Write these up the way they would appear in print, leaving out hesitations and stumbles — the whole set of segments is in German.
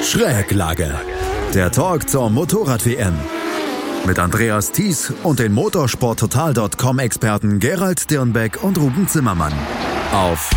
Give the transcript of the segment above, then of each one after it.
Schräglage. Der Talk zur Motorrad-WM. Mit Andreas Thies und den motorsporttotal.com-Experten Gerald Dirnbeck und Ruben Zimmermann. Auf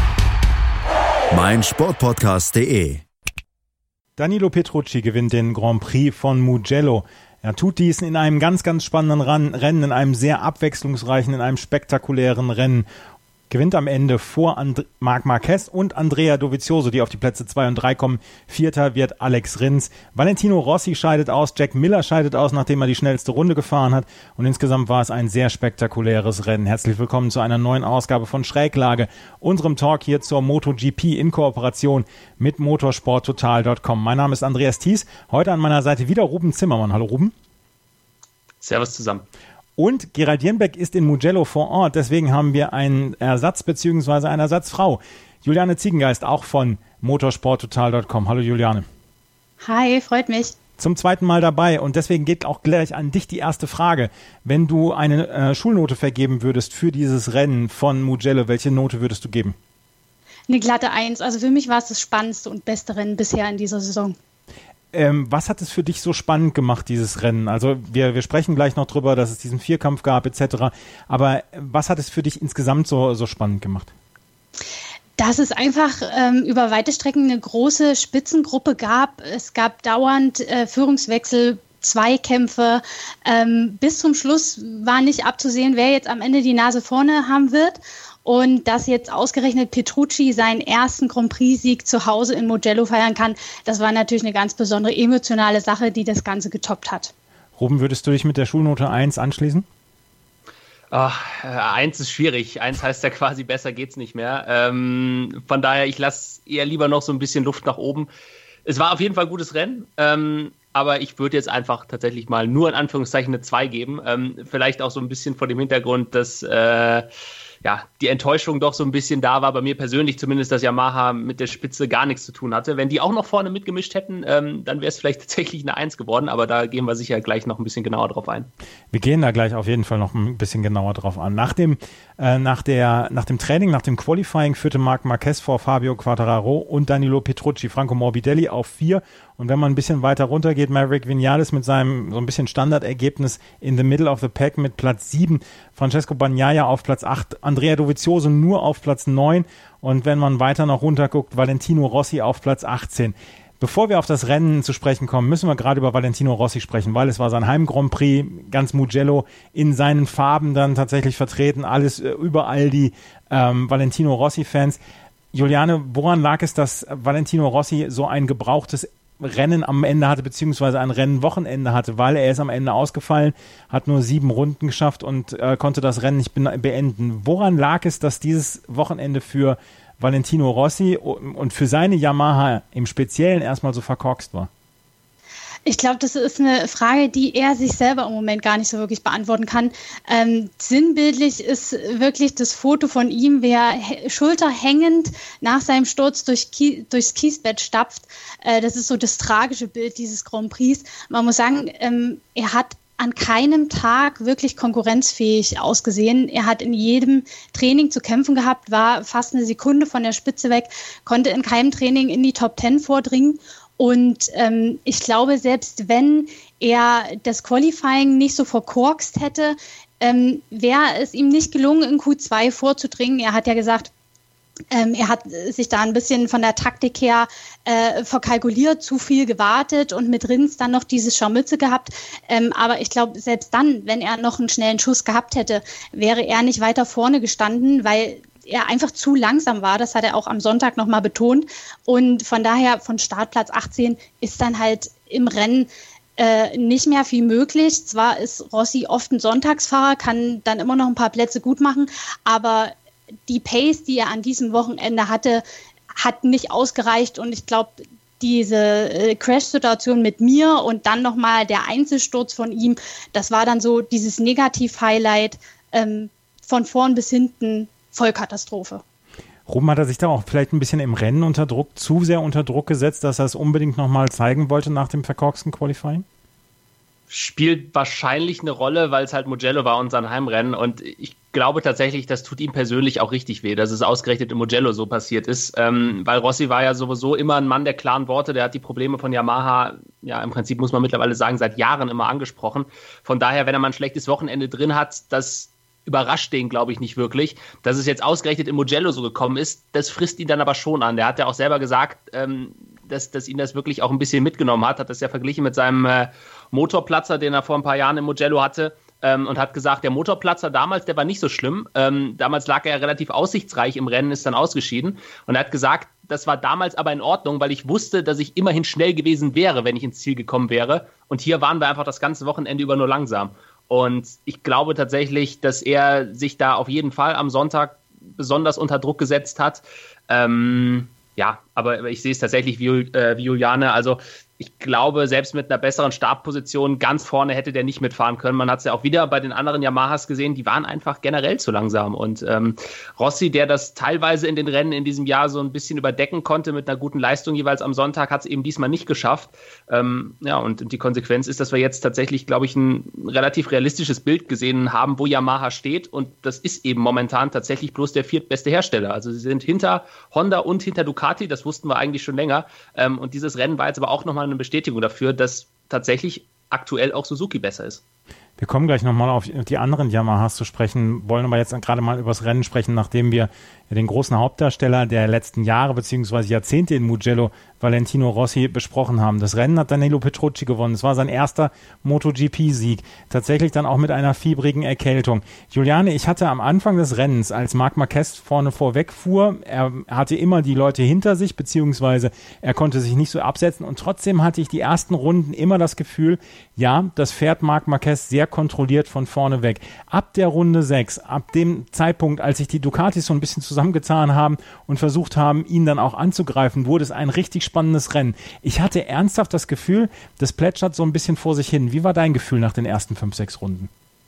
meinsportpodcast.de. Danilo Petrucci gewinnt den Grand Prix von Mugello. Er tut dies in einem ganz, ganz spannenden Rennen, in einem sehr abwechslungsreichen, in einem spektakulären Rennen. Gewinnt am Ende vor Marc Marquez und Andrea Dovizioso, die auf die Plätze 2 und 3 kommen. Vierter wird Alex Rins. Valentino Rossi scheidet aus, Jack Miller scheidet aus, nachdem er die schnellste Runde gefahren hat. Und insgesamt war es ein sehr spektakuläres Rennen. Herzlich willkommen zu einer neuen Ausgabe von Schräglage, unserem Talk hier zur MotoGP in Kooperation mit motorsporttotal.com. Mein Name ist Andreas Thies. Heute an meiner Seite wieder Ruben Zimmermann. Hallo Ruben. Servus zusammen. Und Gerald Dirnbeck ist in Mugello vor Ort, deswegen haben wir einen Ersatz bzw. eine Ersatzfrau. Juliane Ziegengeist, auch von motorsporttotal.com. Hallo Juliane. Hi, freut mich. Zum zweiten Mal dabei und deswegen geht auch gleich an dich die erste Frage. Wenn du eine Schulnote vergeben würdest für dieses Rennen von Mugello, welche Note würdest du geben? Eine glatte 1. Also für mich war es das spannendste und beste Rennen bisher in dieser Saison. Was hat es für dich so spannend gemacht, dieses Rennen? Also wir sprechen gleich noch drüber, dass es diesen Vierkampf gab etc. Aber was hat es für dich insgesamt so spannend gemacht? Dass es einfach über weite Strecken eine große Spitzengruppe gab. Es gab dauernd Führungswechsel, Zweikämpfe. Bis zum Schluss war nicht abzusehen, wer jetzt am Ende die Nase vorne haben wird. Und dass jetzt ausgerechnet Petrucci seinen ersten Grand Prix-Sieg zu Hause in Mugello feiern kann, das war natürlich eine ganz besondere emotionale Sache, die das Ganze getoppt hat. Ruben, würdest du dich mit der Schulnote 1 anschließen? 1 ist schwierig. 1 heißt ja quasi, besser geht's nicht mehr. Von daher, ich lasse eher lieber noch so ein bisschen Luft nach oben. Es war auf jeden Fall ein gutes Rennen, aber ich würde jetzt einfach tatsächlich mal nur in Anführungszeichen eine 2 geben. Vielleicht auch so ein bisschen vor dem Hintergrund, dass die Enttäuschung doch so ein bisschen da war, bei mir persönlich zumindest, dass Yamaha mit der Spitze gar nichts zu tun hatte. Wenn die auch noch vorne mitgemischt hätten, dann wäre es vielleicht tatsächlich eine 1 geworden, aber da gehen wir sicher gleich noch ein bisschen genauer drauf ein. Wir gehen da gleich auf jeden Fall noch ein bisschen genauer drauf an. Nach dem Training, nach dem Qualifying führte Marc Marquez vor Fabio Quartararo und Danilo Petrucci, Franco Morbidelli auf 4. Und wenn man ein bisschen weiter runter geht, Maverick Viñales mit seinem so ein bisschen Standardergebnis in the middle of the pack mit Platz 7, Francesco Bagnaia auf Platz 8, Andrea Dovizioso nur auf Platz 9 und wenn man weiter noch runter guckt, Valentino Rossi auf Platz 18. Bevor wir auf das Rennen zu sprechen kommen, müssen wir gerade über Valentino Rossi sprechen, weil es war sein Heim-Grand Prix, ganz Mugello in seinen Farben dann tatsächlich vertreten, alles überall die Valentino Rossi-Fans. Juliane, woran lag es, dass Valentino Rossi so ein gebrauchtes Rennen am Ende hatte, beziehungsweise ein Rennwochenende hatte, weil er ist am Ende ausgefallen, hat nur 7 Runden geschafft und konnte das Rennen nicht beenden. Woran lag es, dass dieses Wochenende für Valentino Rossi und für seine Yamaha im Speziellen erstmal so verkorkst war? Ich glaube, das ist eine Frage, die er sich selber im Moment gar nicht so wirklich beantworten kann. Sinnbildlich ist wirklich das Foto von ihm, wie er schulterhängend nach seinem Sturz durchs Kiesbett stapft. Das ist so das tragische Bild dieses Grand Prix. Man muss sagen, er hat an keinem Tag wirklich konkurrenzfähig ausgesehen. Er hat in jedem Training zu kämpfen gehabt, war fast eine Sekunde von der Spitze weg, konnte in keinem Training in die Top 10 vordringen. Und ich glaube, selbst wenn er das Qualifying nicht so verkorkst hätte, wäre es ihm nicht gelungen, in Q2 vorzudringen. Er hat ja gesagt, er hat sich da ein bisschen von der Taktik her verkalkuliert, zu viel gewartet und mit Rins dann noch dieses Scharmützel gehabt. Aber ich glaube, selbst dann, wenn er noch einen schnellen Schuss gehabt hätte, wäre er nicht weiter vorne gestanden, weil er einfach zu langsam war. Das hat er auch am Sonntag nochmal betont. Und von daher, von Startplatz 18 ist dann halt im Rennen nicht mehr viel möglich. Zwar ist Rossi oft ein Sonntagsfahrer, kann dann immer noch ein paar Plätze gut machen, aber die Pace, die er an diesem Wochenende hatte, hat nicht ausgereicht. Und ich glaube, diese Crash-Situation mit mir und dann nochmal der Einzelsturz von ihm, das war dann so dieses Negativ-Highlight von vorn bis hinten. Vollkatastrophe. Ruben, hat er sich da auch vielleicht ein bisschen im Rennen zu sehr unter Druck gesetzt, dass er es unbedingt nochmal zeigen wollte nach dem verkorksten Qualifying? spielt wahrscheinlich eine Rolle, weil es halt Mugello war und sein Heimrennen. Und ich glaube tatsächlich, das tut ihm persönlich auch richtig weh, dass es ausgerechnet im Mugello so passiert ist. Weil Rossi war ja sowieso immer ein Mann der klaren Worte. Der hat die Probleme von Yamaha, ja im Prinzip muss man mittlerweile sagen, seit Jahren immer angesprochen. Von daher, wenn er mal ein schlechtes Wochenende drin hat, das überrascht den, glaube ich, nicht wirklich. Dass es jetzt ausgerechnet im Mugello so gekommen ist, das frisst ihn dann aber schon an. Der hat ja auch selber gesagt, dass ihn das wirklich auch ein bisschen mitgenommen hat das ja verglichen mit seinem Motorplatzer, den er vor ein paar Jahren im Mugello hatte, und hat gesagt, der Motorplatzer damals, der war nicht so schlimm. Damals lag er ja relativ aussichtsreich im Rennen, ist dann ausgeschieden. Und er hat gesagt, das war damals aber in Ordnung, weil ich wusste, dass ich immerhin schnell gewesen wäre, wenn ich ins Ziel gekommen wäre. Und hier waren wir einfach das ganze Wochenende über nur langsam. Und ich glaube tatsächlich, dass er sich da auf jeden Fall am Sonntag besonders unter Druck gesetzt hat. Ja, aber ich sehe es tatsächlich wie Juliane. Also ich glaube, selbst mit einer besseren Startposition ganz vorne hätte der nicht mitfahren können. Man hat es ja auch wieder bei den anderen Yamahas gesehen, die waren einfach generell zu langsam. Und Rossi, der das teilweise in den Rennen in diesem Jahr so ein bisschen überdecken konnte mit einer guten Leistung jeweils am Sonntag, hat es eben diesmal nicht geschafft. Ja, und die Konsequenz ist, dass wir jetzt tatsächlich, glaube ich, ein relativ realistisches Bild gesehen haben, wo Yamaha steht. Und das ist eben momentan tatsächlich bloß der viertbeste Hersteller. Also sie sind hinter Honda und hinter Ducati, das wussten wir eigentlich schon länger. Und dieses Rennen war jetzt aber auch nochmal eine Bestätigung dafür, dass tatsächlich aktuell auch Suzuki besser ist. Wir kommen gleich nochmal auf die anderen Yamahas zu sprechen, wollen aber jetzt gerade mal über das Rennen sprechen, nachdem wir den großen Hauptdarsteller der letzten Jahre bzw. Jahrzehnte in Mugello, Valentino Rossi, besprochen haben. Das Rennen hat Danilo Petrucci gewonnen. Es war sein erster MotoGP-Sieg. Tatsächlich dann auch mit einer fiebrigen Erkältung. Juliane, ich hatte am Anfang des Rennens, als Marc Marquez vorne vorweg fuhr, er hatte immer die Leute hinter sich, beziehungsweise er konnte sich nicht so absetzen und trotzdem hatte ich die ersten Runden immer das Gefühl, ja, das fährt Marc Marquez sehr kontrolliert von vorne weg. Ab der Runde 6, ab dem Zeitpunkt, als sich die Ducatis so ein bisschen zusammengetan haben und versucht haben, ihn dann auch anzugreifen, wurde es ein richtig spannendes Rennen. Ich hatte ernsthaft das Gefühl, das plätschert so ein bisschen vor sich hin. Wie war dein Gefühl nach den ersten 5, 6 Runden?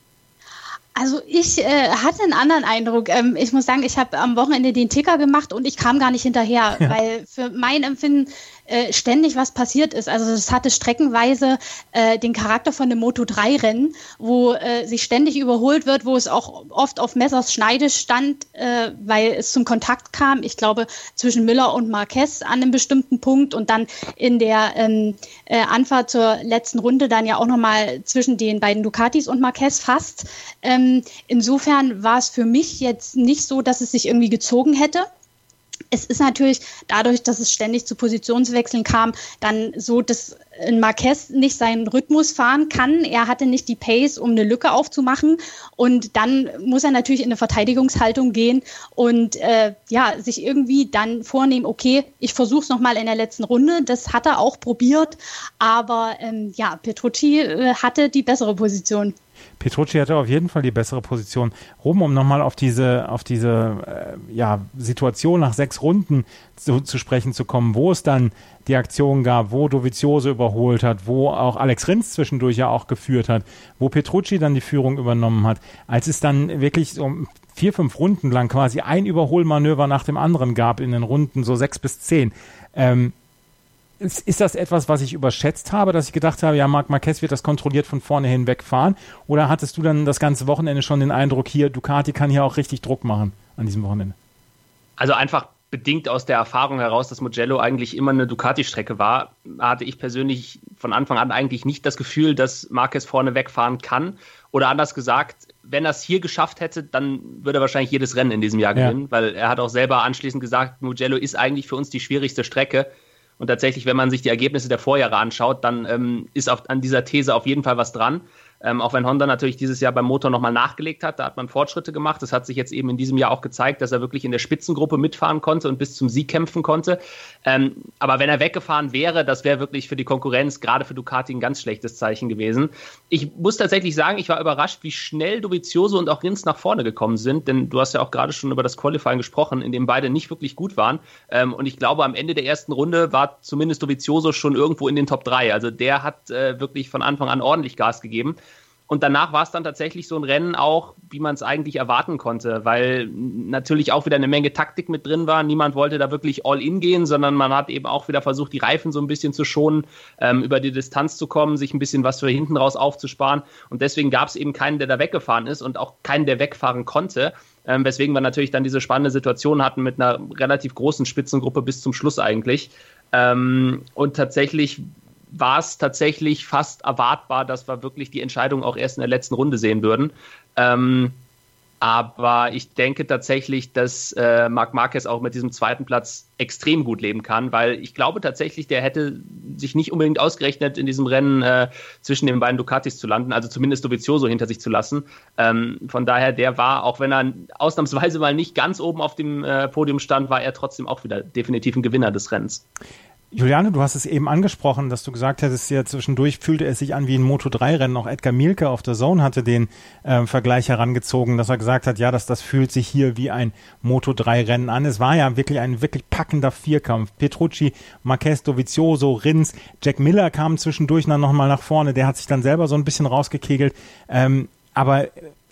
Also ich hatte einen anderen Eindruck. Ich muss sagen, ich habe am Wochenende den Ticker gemacht und ich kam gar nicht hinterher, weil für mein Empfinden ständig was passiert ist. Also es hatte streckenweise den Charakter von einem Moto3-Rennen, wo sich ständig überholt wird, wo es auch oft auf Messers Schneide stand, weil es zum Kontakt kam. Ich glaube, zwischen Miller und Marquez an einem bestimmten Punkt und dann in der Anfahrt zur letzten Runde dann ja auch nochmal zwischen den beiden Ducatis und Marquez fast. Insofern war es für mich jetzt nicht so, dass es sich irgendwie gezogen hätte. Es ist natürlich dadurch, dass es ständig zu Positionswechseln kam, dann so, dass ein Marquez nicht seinen Rhythmus fahren kann. Er hatte nicht die Pace, um eine Lücke aufzumachen. Und dann muss er natürlich in eine Verteidigungshaltung gehen und sich irgendwie dann vornehmen, okay, ich versuche es nochmal in der letzten Runde. Das hat er auch probiert. Aber Petrucci hatte die bessere Position. Petrucci hatte auf jeden Fall die bessere Position. Ruben, um nochmal auf diese Situation nach 6 Runden zu sprechen zu kommen, wo es dann die Aktion gab, wo Dovizioso überholt hat, wo auch Alex Rins zwischendurch ja auch geführt hat, wo Petrucci dann die Führung übernommen hat, als es dann wirklich so 4, 5 Runden lang quasi ein Überholmanöver nach dem anderen gab in den Runden so 6 bis 10. Ist das etwas, was ich überschätzt habe, dass ich gedacht habe, ja, Marc Marquez wird das kontrolliert von vorne hin wegfahren? Oder hattest du dann das ganze Wochenende schon den Eindruck, hier, Ducati kann hier auch richtig Druck machen an diesem Wochenende? Also einfach bedingt aus der Erfahrung heraus, dass Mugello eigentlich immer eine Ducati-Strecke war, hatte ich persönlich von Anfang an eigentlich nicht das Gefühl, dass Marquez vorne wegfahren kann. Oder anders gesagt, wenn er es hier geschafft hätte, dann würde er wahrscheinlich jedes Rennen in diesem Jahr gewinnen, weil er hat auch selber anschließend gesagt, Mugello ist eigentlich für uns die schwierigste Strecke. Und tatsächlich, wenn man sich die Ergebnisse der Vorjahre anschaut, dann ist an dieser These auf jeden Fall was dran. Auch wenn Honda natürlich dieses Jahr beim Motor nochmal nachgelegt hat, da hat man Fortschritte gemacht. Das hat sich jetzt eben in diesem Jahr auch gezeigt, dass er wirklich in der Spitzengruppe mitfahren konnte und bis zum Sieg kämpfen konnte. Aber wenn er weggefahren wäre, das wäre wirklich für die Konkurrenz, gerade für Ducati, ein ganz schlechtes Zeichen gewesen. Ich muss tatsächlich sagen, ich war überrascht, wie schnell Dovizioso und auch Rins nach vorne gekommen sind, denn du hast ja auch gerade schon über das Qualifying gesprochen, in dem beide nicht wirklich gut waren. Und ich glaube, am Ende der ersten Runde war zumindest Dovizioso schon irgendwo in den Top 3. Also der hat wirklich von Anfang an ordentlich Gas gegeben. Und danach war es dann tatsächlich so ein Rennen auch, wie man es eigentlich erwarten konnte, weil natürlich auch wieder eine Menge Taktik mit drin war. Niemand wollte da wirklich all in gehen, sondern man hat eben auch wieder versucht, die Reifen so ein bisschen zu schonen, über die Distanz zu kommen, sich ein bisschen was für hinten raus aufzusparen. Und deswegen gab es eben keinen, der da weggefahren ist und auch keinen, der wegfahren konnte. Weswegen wir natürlich dann diese spannende Situation hatten mit einer relativ großen Spitzengruppe bis zum Schluss eigentlich. Und tatsächlich war es tatsächlich fast erwartbar, dass wir wirklich die Entscheidung auch erst in der letzten Runde sehen würden. Aber ich denke tatsächlich, dass Marc Marquez auch mit diesem zweiten Platz extrem gut leben kann, weil ich glaube tatsächlich, der hätte sich nicht unbedingt ausgerechnet, in diesem Rennen zwischen den beiden Ducatis zu landen, also zumindest Dovizioso hinter sich zu lassen. Von daher, der war, auch wenn er ausnahmsweise mal nicht ganz oben auf dem Podium stand, war er trotzdem auch wieder definitiv ein Gewinner des Rennens. Juliane, du hast es eben angesprochen, dass du gesagt hättest, ja, zwischendurch fühlte es sich an wie ein Moto3-Rennen. Auch Edgar Mielke auf der Zone hatte den Vergleich herangezogen, dass er gesagt hat, ja, das fühlt sich hier wie ein Moto3-Rennen an. Es war ja wirklich ein wirklich packender Vierkampf. Petrucci, Marquez, Dovizioso, Rins, Jack Miller kam zwischendurch dann nochmal nach vorne. Der hat sich dann selber so ein bisschen rausgekegelt. Aber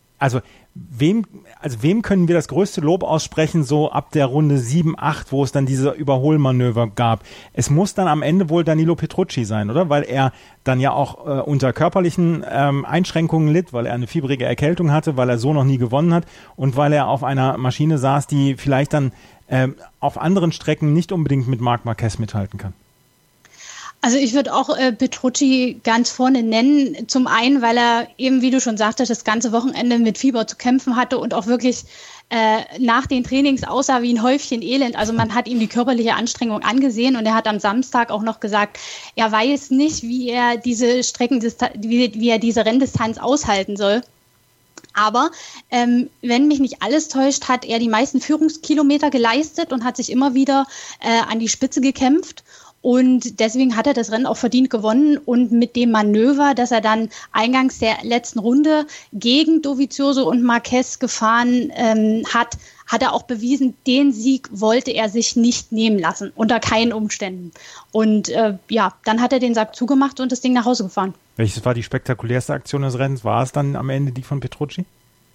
wem können wir das größte Lob aussprechen, so ab der Runde 7, 8, wo es dann diese Überholmanöver gab? Es muss dann am Ende wohl Danilo Petrucci sein, oder? Weil er dann ja auch unter körperlichen Einschränkungen litt, weil er eine fieberige Erkältung hatte, weil er so noch nie gewonnen hat und weil er auf einer Maschine saß, die vielleicht dann auf anderen Strecken nicht unbedingt mit Marc Marquez mithalten kann. Also ich würde auch Petrucci ganz vorne nennen. Zum einen, weil er eben, wie du schon sagtest, das ganze Wochenende mit Fieber zu kämpfen hatte und auch wirklich nach den Trainings aussah wie ein Häufchen Elend. Also man hat ihm die körperliche Anstrengung angesehen und er hat am Samstag auch noch gesagt, er weiß nicht, wie er diese wie er diese Renndistanz aushalten soll. Aber wenn mich nicht alles täuscht, hat er die meisten Führungskilometer geleistet und hat sich immer wieder an die Spitze gekämpft. Und deswegen hat er das Rennen auch verdient gewonnen. Und mit dem Manöver, das er dann eingangs der letzten Runde gegen Dovizioso und Marquez gefahren hat er auch bewiesen, den Sieg wollte er sich nicht nehmen lassen, unter keinen Umständen. Und dann hat er den Sack zugemacht und das Ding nach Hause gefahren. Welches war die spektakulärste Aktion des Rennens? War es dann am Ende die von Petrucci?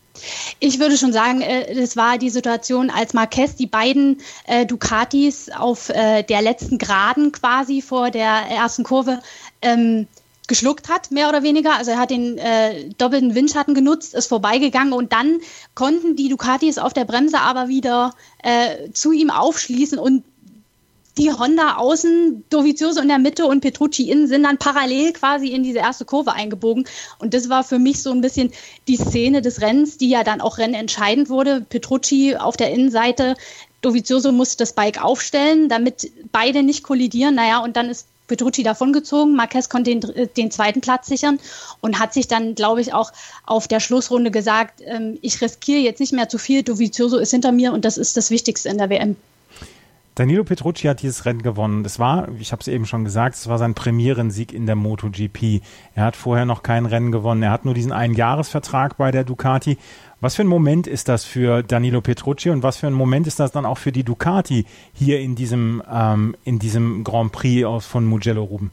Ich würde schon sagen, das war die Situation, als Marquez die beiden Ducatis auf der letzten Geraden quasi vor der ersten Kurve geschluckt hat, mehr oder weniger. Also er hat den doppelten Windschatten genutzt, ist vorbeigegangen und dann konnten die Ducatis auf der Bremse aber wieder zu ihm aufschließen und die Honda außen, Dovizioso in der Mitte und Petrucci innen sind dann parallel quasi in diese erste Kurve eingebogen. Und das war für mich so ein bisschen die Szene des Rennens, die ja dann auch rennentscheidend wurde. Petrucci auf der Innenseite, Dovizioso musste das Bike aufstellen, damit beide nicht kollidieren. Naja, und dann ist Petrucci davongezogen. Marquez konnte den zweiten Platz sichern und hat sich dann, glaube ich, auch auf der Schlussrunde gesagt, ich riskiere jetzt nicht mehr zu viel, Dovizioso ist hinter mir und das ist das Wichtigste in der WM. Danilo Petrucci hat dieses Rennen gewonnen. Das war, ich habe es eben schon gesagt, es war sein Premierensieg in der MotoGP. Er hat vorher noch kein Rennen gewonnen. Er hat nur diesen Einjahresvertrag bei der Ducati. Was für ein Moment ist das für Danilo Petrucci und was für ein Moment ist das dann auch für die Ducati hier in diesem Grand Prix von Mugello, Ruben?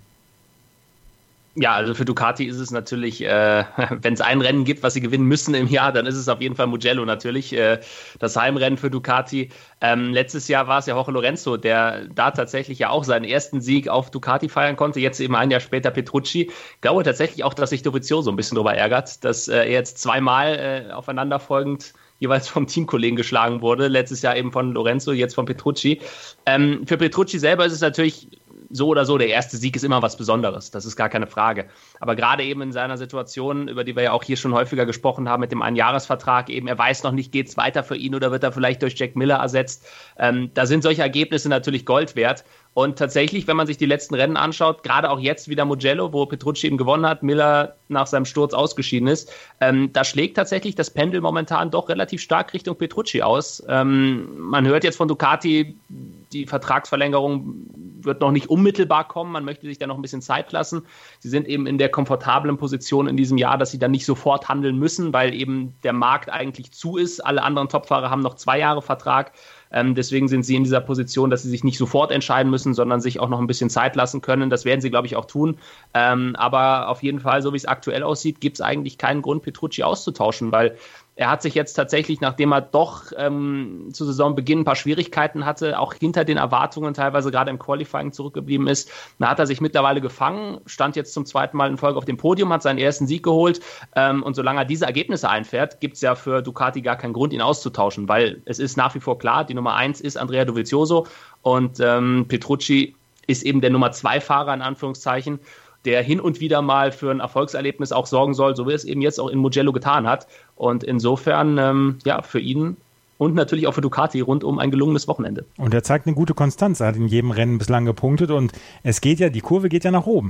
Ja, also für Ducati ist es natürlich, wenn es ein Rennen gibt, was sie gewinnen müssen im Jahr, dann ist es auf jeden Fall Mugello natürlich, das Heimrennen für Ducati. Letztes Jahr war es ja Jorge Lorenzo, der da tatsächlich ja auch seinen ersten Sieg auf Ducati feiern konnte, jetzt eben ein Jahr später Petrucci. Ich glaube tatsächlich auch, dass sich Dovizioso ein bisschen darüber ärgert, dass er jetzt zweimal aufeinanderfolgend jeweils vom Teamkollegen geschlagen wurde. Letztes Jahr eben von Lorenzo, jetzt von Petrucci. Für Petrucci selber ist es natürlich so oder so, der erste Sieg ist immer was Besonderes, das ist gar keine Frage. Aber gerade eben in seiner Situation, über die wir ja auch hier schon häufiger gesprochen haben, mit dem Einjahresvertrag eben, er weiß noch nicht, geht es weiter für ihn oder wird er vielleicht durch Jack Miller ersetzt. Da sind solche Ergebnisse natürlich Gold wert. Und tatsächlich, wenn man sich die letzten Rennen anschaut, gerade auch jetzt wieder Mugello, wo Petrucci eben gewonnen hat, Miller nach seinem Sturz ausgeschieden ist, da schlägt tatsächlich das Pendel momentan doch relativ stark Richtung Petrucci aus. Man hört jetzt von Ducati, die Vertragsverlängerung wird noch nicht unmittelbar kommen, man möchte sich da noch ein bisschen Zeit lassen. Sie sind eben in der komfortablen Position in diesem Jahr, dass sie dann nicht sofort handeln müssen, weil eben der Markt eigentlich zu ist. Alle anderen Topfahrer haben noch 2 Jahre Vertrag. Deswegen sind sie in dieser Position, dass sie sich nicht sofort entscheiden müssen, sondern sich auch noch ein bisschen Zeit lassen können. Das werden sie, glaube ich, auch tun. Aber auf jeden Fall, so wie es aktuell aussieht, gibt es eigentlich keinen Grund, Petrucci auszutauschen, weil er hat sich jetzt tatsächlich, nachdem er doch zu Saisonbeginn ein paar Schwierigkeiten hatte, auch hinter den Erwartungen teilweise gerade im Qualifying zurückgeblieben ist, da hat er sich mittlerweile gefangen, stand jetzt zum zweiten Mal in Folge auf dem Podium, hat seinen ersten Sieg geholt und solange er diese Ergebnisse einfährt, gibt es ja für Ducati gar keinen Grund, ihn auszutauschen, weil es ist nach wie vor klar, die Nummer 1 ist Andrea Dovizioso und Petrucci ist eben der Nummer 2 Fahrer in Anführungszeichen, der hin und wieder mal für ein Erfolgserlebnis auch sorgen soll, so wie es eben jetzt auch in Mugello getan hat. Und insofern, für ihn und natürlich auch für Ducati rundum ein gelungenes Wochenende. Und er zeigt eine gute Konstanz. Er hat in jedem Rennen bislang gepunktet und die Kurve geht ja nach oben.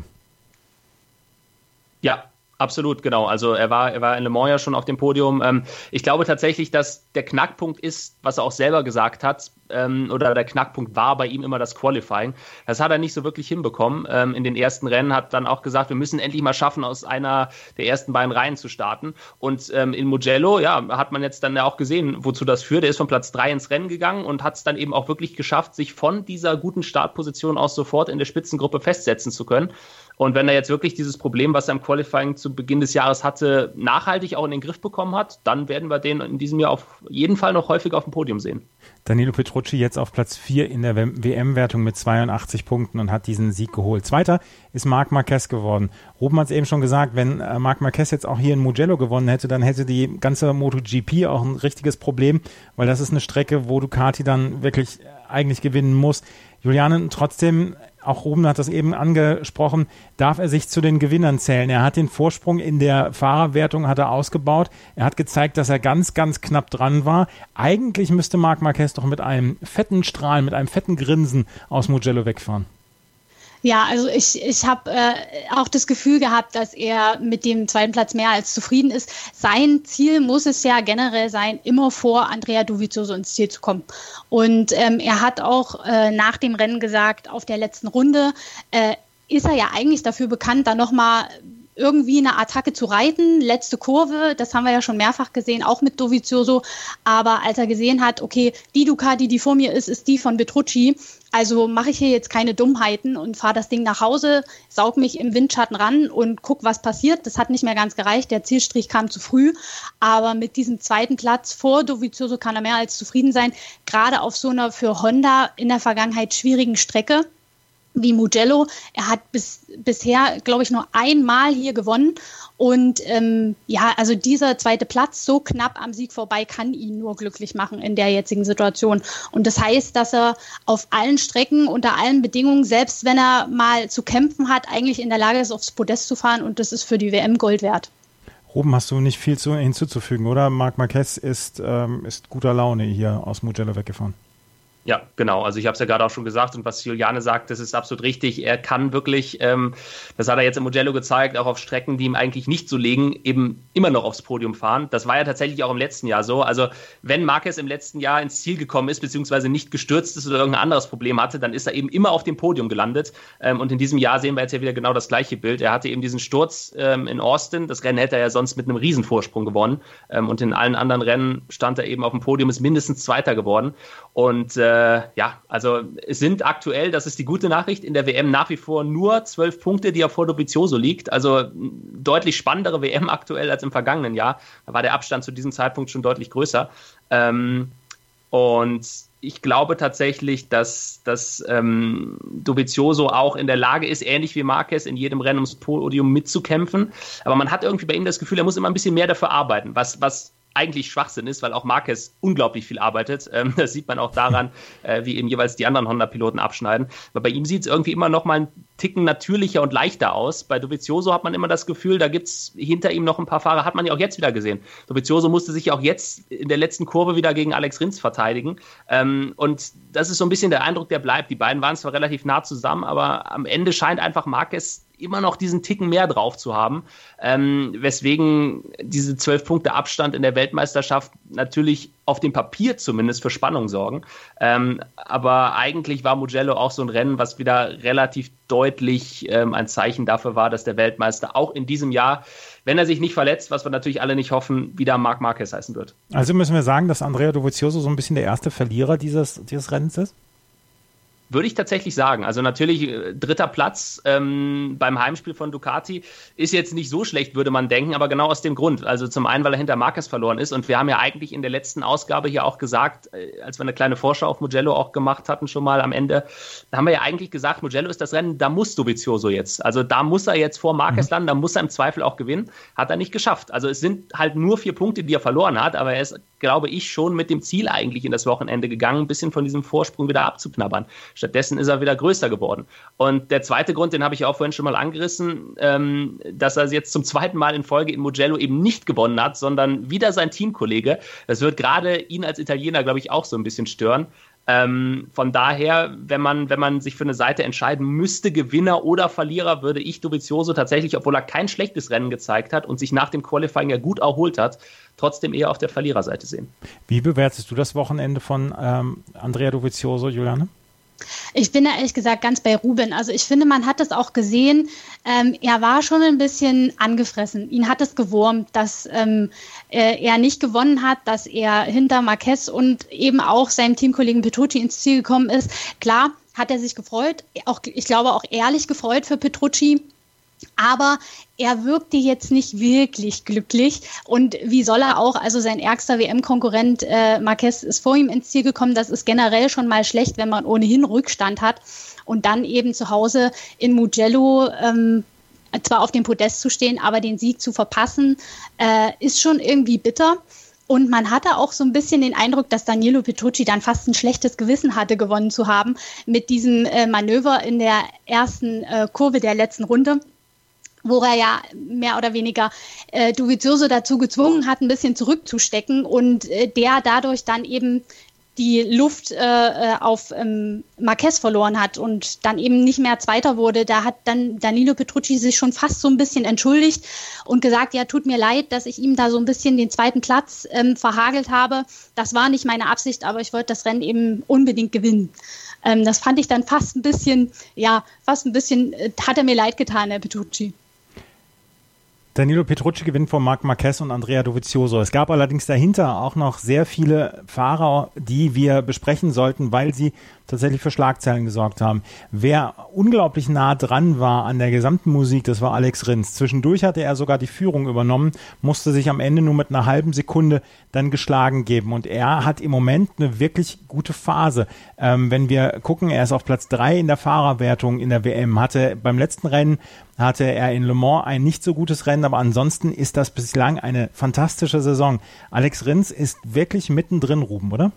Ja, absolut, genau. Also er war in Le Mans ja schon auf dem Podium. Ich glaube tatsächlich, dass der Knackpunkt ist, was er auch selber gesagt hat, oder der Knackpunkt war bei ihm immer das Qualifying. Das hat er nicht so wirklich hinbekommen. In den ersten Rennen hat dann auch gesagt, wir müssen endlich mal schaffen, aus einer der ersten beiden Reihen zu starten. Und in Mugello, hat man jetzt dann ja auch gesehen, wozu das führt. Er ist von Platz 3 ins Rennen gegangen und hat es dann eben auch wirklich geschafft, sich von dieser guten Startposition aus sofort in der Spitzengruppe festsetzen zu können. Und wenn er jetzt wirklich dieses Problem, was er im Qualifying zu Beginn des Jahres hatte, nachhaltig auch in den Griff bekommen hat, dann werden wir den in diesem Jahr auf jeden Fall noch häufiger auf dem Podium sehen. Danilo Petrucci jetzt auf Platz 4 in der WM-Wertung mit 82 Punkten und hat diesen Sieg geholt. Zweiter ist Marc Marquez geworden. Ruben hat es eben schon gesagt, wenn Marc Marquez jetzt auch hier in Mugello gewonnen hätte, dann hätte die ganze MotoGP auch ein richtiges Problem, weil das ist eine Strecke, wo Ducati dann wirklich eigentlich gewinnen muss. Juliane, trotzdem, auch Ruben hat das eben angesprochen, darf er sich zu den Gewinnern zählen. Er hat den Vorsprung in der Fahrerwertung hat er ausgebaut. Er hat gezeigt, dass er ganz, ganz knapp dran war. Eigentlich müsste Marc Marquez doch mit einem fetten Strahlen, mit einem fetten Grinsen aus Mugello wegfahren. Ja, also ich habe auch das Gefühl gehabt, dass er mit dem zweiten Platz mehr als zufrieden ist. Sein Ziel muss es ja generell sein, immer vor Andrea Dovizioso ins Ziel zu kommen. Und er hat auch nach dem Rennen gesagt, auf der letzten Runde ist er ja eigentlich dafür bekannt, da nochmal irgendwie eine Attacke zu reiten, letzte Kurve, das haben wir ja schon mehrfach gesehen, auch mit Dovizioso, aber als er gesehen hat, okay, die Ducati, die vor mir ist die von Petrucci, also mache ich hier jetzt keine Dummheiten und fahre das Ding nach Hause, saug mich im Windschatten ran und guck, was passiert. Das hat nicht mehr ganz gereicht, der Zielstrich kam zu früh, aber mit diesem zweiten Platz vor Dovizioso kann er mehr als zufrieden sein, gerade auf so einer für Honda in der Vergangenheit schwierigen Strecke wie Mugello. Er hat bisher, glaube ich, nur einmal hier gewonnen. Und also dieser zweite Platz so knapp am Sieg vorbei kann ihn nur glücklich machen in der jetzigen Situation. Und das heißt, dass er auf allen Strecken, unter allen Bedingungen, selbst wenn er mal zu kämpfen hat, eigentlich in der Lage ist, aufs Podest zu fahren. Und das ist für die WM Gold wert. Ruben, hast du nicht viel hinzuzufügen, oder? Marc Marquez ist guter Laune hier aus Mugello weggefahren. Ja, genau. Also ich habe es ja gerade auch schon gesagt und was Juliane sagt, das ist absolut richtig. Er kann wirklich, das hat er jetzt im Mugello gezeigt, auch auf Strecken, die ihm eigentlich nicht so liegen, eben immer noch aufs Podium fahren. Das war ja tatsächlich auch im letzten Jahr so. Also wenn Marquez im letzten Jahr ins Ziel gekommen ist, beziehungsweise nicht gestürzt ist oder irgendein anderes Problem hatte, dann ist er eben immer auf dem Podium gelandet. Und in diesem Jahr sehen wir jetzt ja wieder genau das gleiche Bild. Er hatte eben diesen Sturz in Austin. Das Rennen hätte er ja sonst mit einem Riesenvorsprung gewonnen. Und in allen anderen Rennen stand er eben auf dem Podium, ist mindestens Zweiter geworden. Und also es sind aktuell, das ist die gute Nachricht, in der WM nach wie vor nur 12 Punkte, die er vor Dovizioso liegt. Also deutlich spannendere WM aktuell als im vergangenen Jahr. Da war der Abstand zu diesem Zeitpunkt schon deutlich größer. Und ich glaube tatsächlich, dass Dovizioso auch in der Lage ist, ähnlich wie Marquez, in jedem Rennen ums Podium mitzukämpfen. Aber man hat irgendwie bei ihm das Gefühl, er muss immer ein bisschen mehr dafür arbeiten, was eigentlich Schwachsinn ist, weil auch Marquez unglaublich viel arbeitet. Das sieht man auch daran, wie eben jeweils die anderen Honda-Piloten abschneiden. Aber bei ihm sieht es irgendwie immer noch mal einen Ticken natürlicher und leichter aus. Bei Dovizioso hat man immer das Gefühl, da gibt es hinter ihm noch ein paar Fahrer, hat man ja auch jetzt wieder gesehen. Dovizioso musste sich ja auch jetzt in der letzten Kurve wieder gegen Alex Rins verteidigen. Und das ist so ein bisschen der Eindruck, der bleibt. Die beiden waren zwar relativ nah zusammen, aber am Ende scheint einfach Marquez immer noch diesen Ticken mehr drauf zu haben, weswegen diese 12 Punkte Abstand in der Weltmeisterschaft natürlich auf dem Papier zumindest für Spannung sorgen. Aber eigentlich war Mugello auch so ein Rennen, was wieder relativ deutlich ein Zeichen dafür war, dass der Weltmeister auch in diesem Jahr wenn er sich nicht verletzt, was wir natürlich alle nicht hoffen, wieder Marc Marquez heißen wird. Also müssen wir sagen, dass Andrea Dovizioso so ein bisschen der erste Verlierer dieses Rennens ist? Würde ich tatsächlich sagen. Also natürlich 3. Platz beim Heimspiel von Ducati ist jetzt nicht so schlecht, würde man denken, aber genau aus dem Grund. Also zum einen, weil er hinter Marquez verloren ist und wir haben ja eigentlich in der letzten Ausgabe hier auch gesagt, als wir eine kleine Vorschau auf Mugello auch gemacht hatten schon mal am Ende, da haben wir ja eigentlich gesagt, Mugello ist das Rennen, da muss Dovizioso jetzt. Also da muss er jetzt vor Marquez landen, da muss er im Zweifel auch gewinnen. Hat er nicht geschafft. Also es sind halt nur 4 Punkte, die er verloren hat, aber er ist, glaube ich, schon mit dem Ziel eigentlich in das Wochenende gegangen, ein bisschen von diesem Vorsprung wieder abzuknabbern. Stattdessen ist er wieder größer geworden. Und der zweite Grund, den habe ich auch vorhin schon mal angerissen, dass er jetzt zum 2. Mal in Folge in Mugello eben nicht gewonnen hat, sondern wieder sein Teamkollege. Das wird gerade ihn als Italiener, glaube ich, auch so ein bisschen stören. Von daher, wenn man sich für eine Seite entscheiden müsste, Gewinner oder Verlierer, würde ich Dovizioso tatsächlich, obwohl er kein schlechtes Rennen gezeigt hat und sich nach dem Qualifying ja gut erholt hat, trotzdem eher auf der Verliererseite sehen. Wie bewertest du das Wochenende von Andrea Dovizioso, Juliane? Ich bin da ehrlich gesagt ganz bei Ruben. Also ich finde, man hat es auch gesehen, er war schon ein bisschen angefressen. Ihn hat es gewurmt, dass er nicht gewonnen hat, dass er hinter Marquez und eben auch seinem Teamkollegen Petrucci ins Ziel gekommen ist. Klar hat er sich gefreut, ich glaube auch ehrlich gefreut für Petrucci. Aber er wirkte jetzt nicht wirklich glücklich und wie soll er auch, also sein ärgster WM-Konkurrent Marquez ist vor ihm ins Ziel gekommen, das ist generell schon mal schlecht, wenn man ohnehin Rückstand hat und dann eben zu Hause in Mugello zwar auf dem Podest zu stehen, aber den Sieg zu verpassen, ist schon irgendwie bitter. Und man hatte auch so ein bisschen den Eindruck, dass Danilo Petrucci dann fast ein schlechtes Gewissen hatte, gewonnen zu haben mit diesem Manöver in der ersten Kurve der letzten Runde, wo er ja mehr oder weniger Dovizioso dazu gezwungen hat, ein bisschen zurückzustecken und der dadurch dann eben die Luft auf Marquez verloren hat und dann eben nicht mehr Zweiter wurde. Da hat dann Danilo Petrucci sich schon fast so ein bisschen entschuldigt und gesagt, ja, tut mir leid, dass ich ihm da so ein bisschen den 2. Platz verhagelt habe. Das war nicht meine Absicht, aber ich wollte das Rennen eben unbedingt gewinnen. Das fand ich dann fast ein bisschen, hat er mir leid getan, Herr Petrucci. Danilo Petrucci gewinnt vor Marc Marquez und Andrea Dovizioso. Es gab allerdings dahinter auch noch sehr viele Fahrer, die wir besprechen sollten, weil sie tatsächlich für Schlagzeilen gesorgt haben. Wer unglaublich nah dran war an der gesamten Musik, das war Alex Rins. Zwischendurch hatte er sogar die Führung übernommen, musste sich am Ende nur mit einer halben Sekunde dann geschlagen geben. Und er hat im Moment eine wirklich gute Phase. Wenn wir gucken, er ist auf Platz 3 in der Fahrerwertung in der WM. Beim letzten Rennen hatte er in Le Mans ein nicht so gutes Rennen, aber ansonsten ist das bislang eine fantastische Saison. Alex Rins ist wirklich mittendrin, Ruben, oder?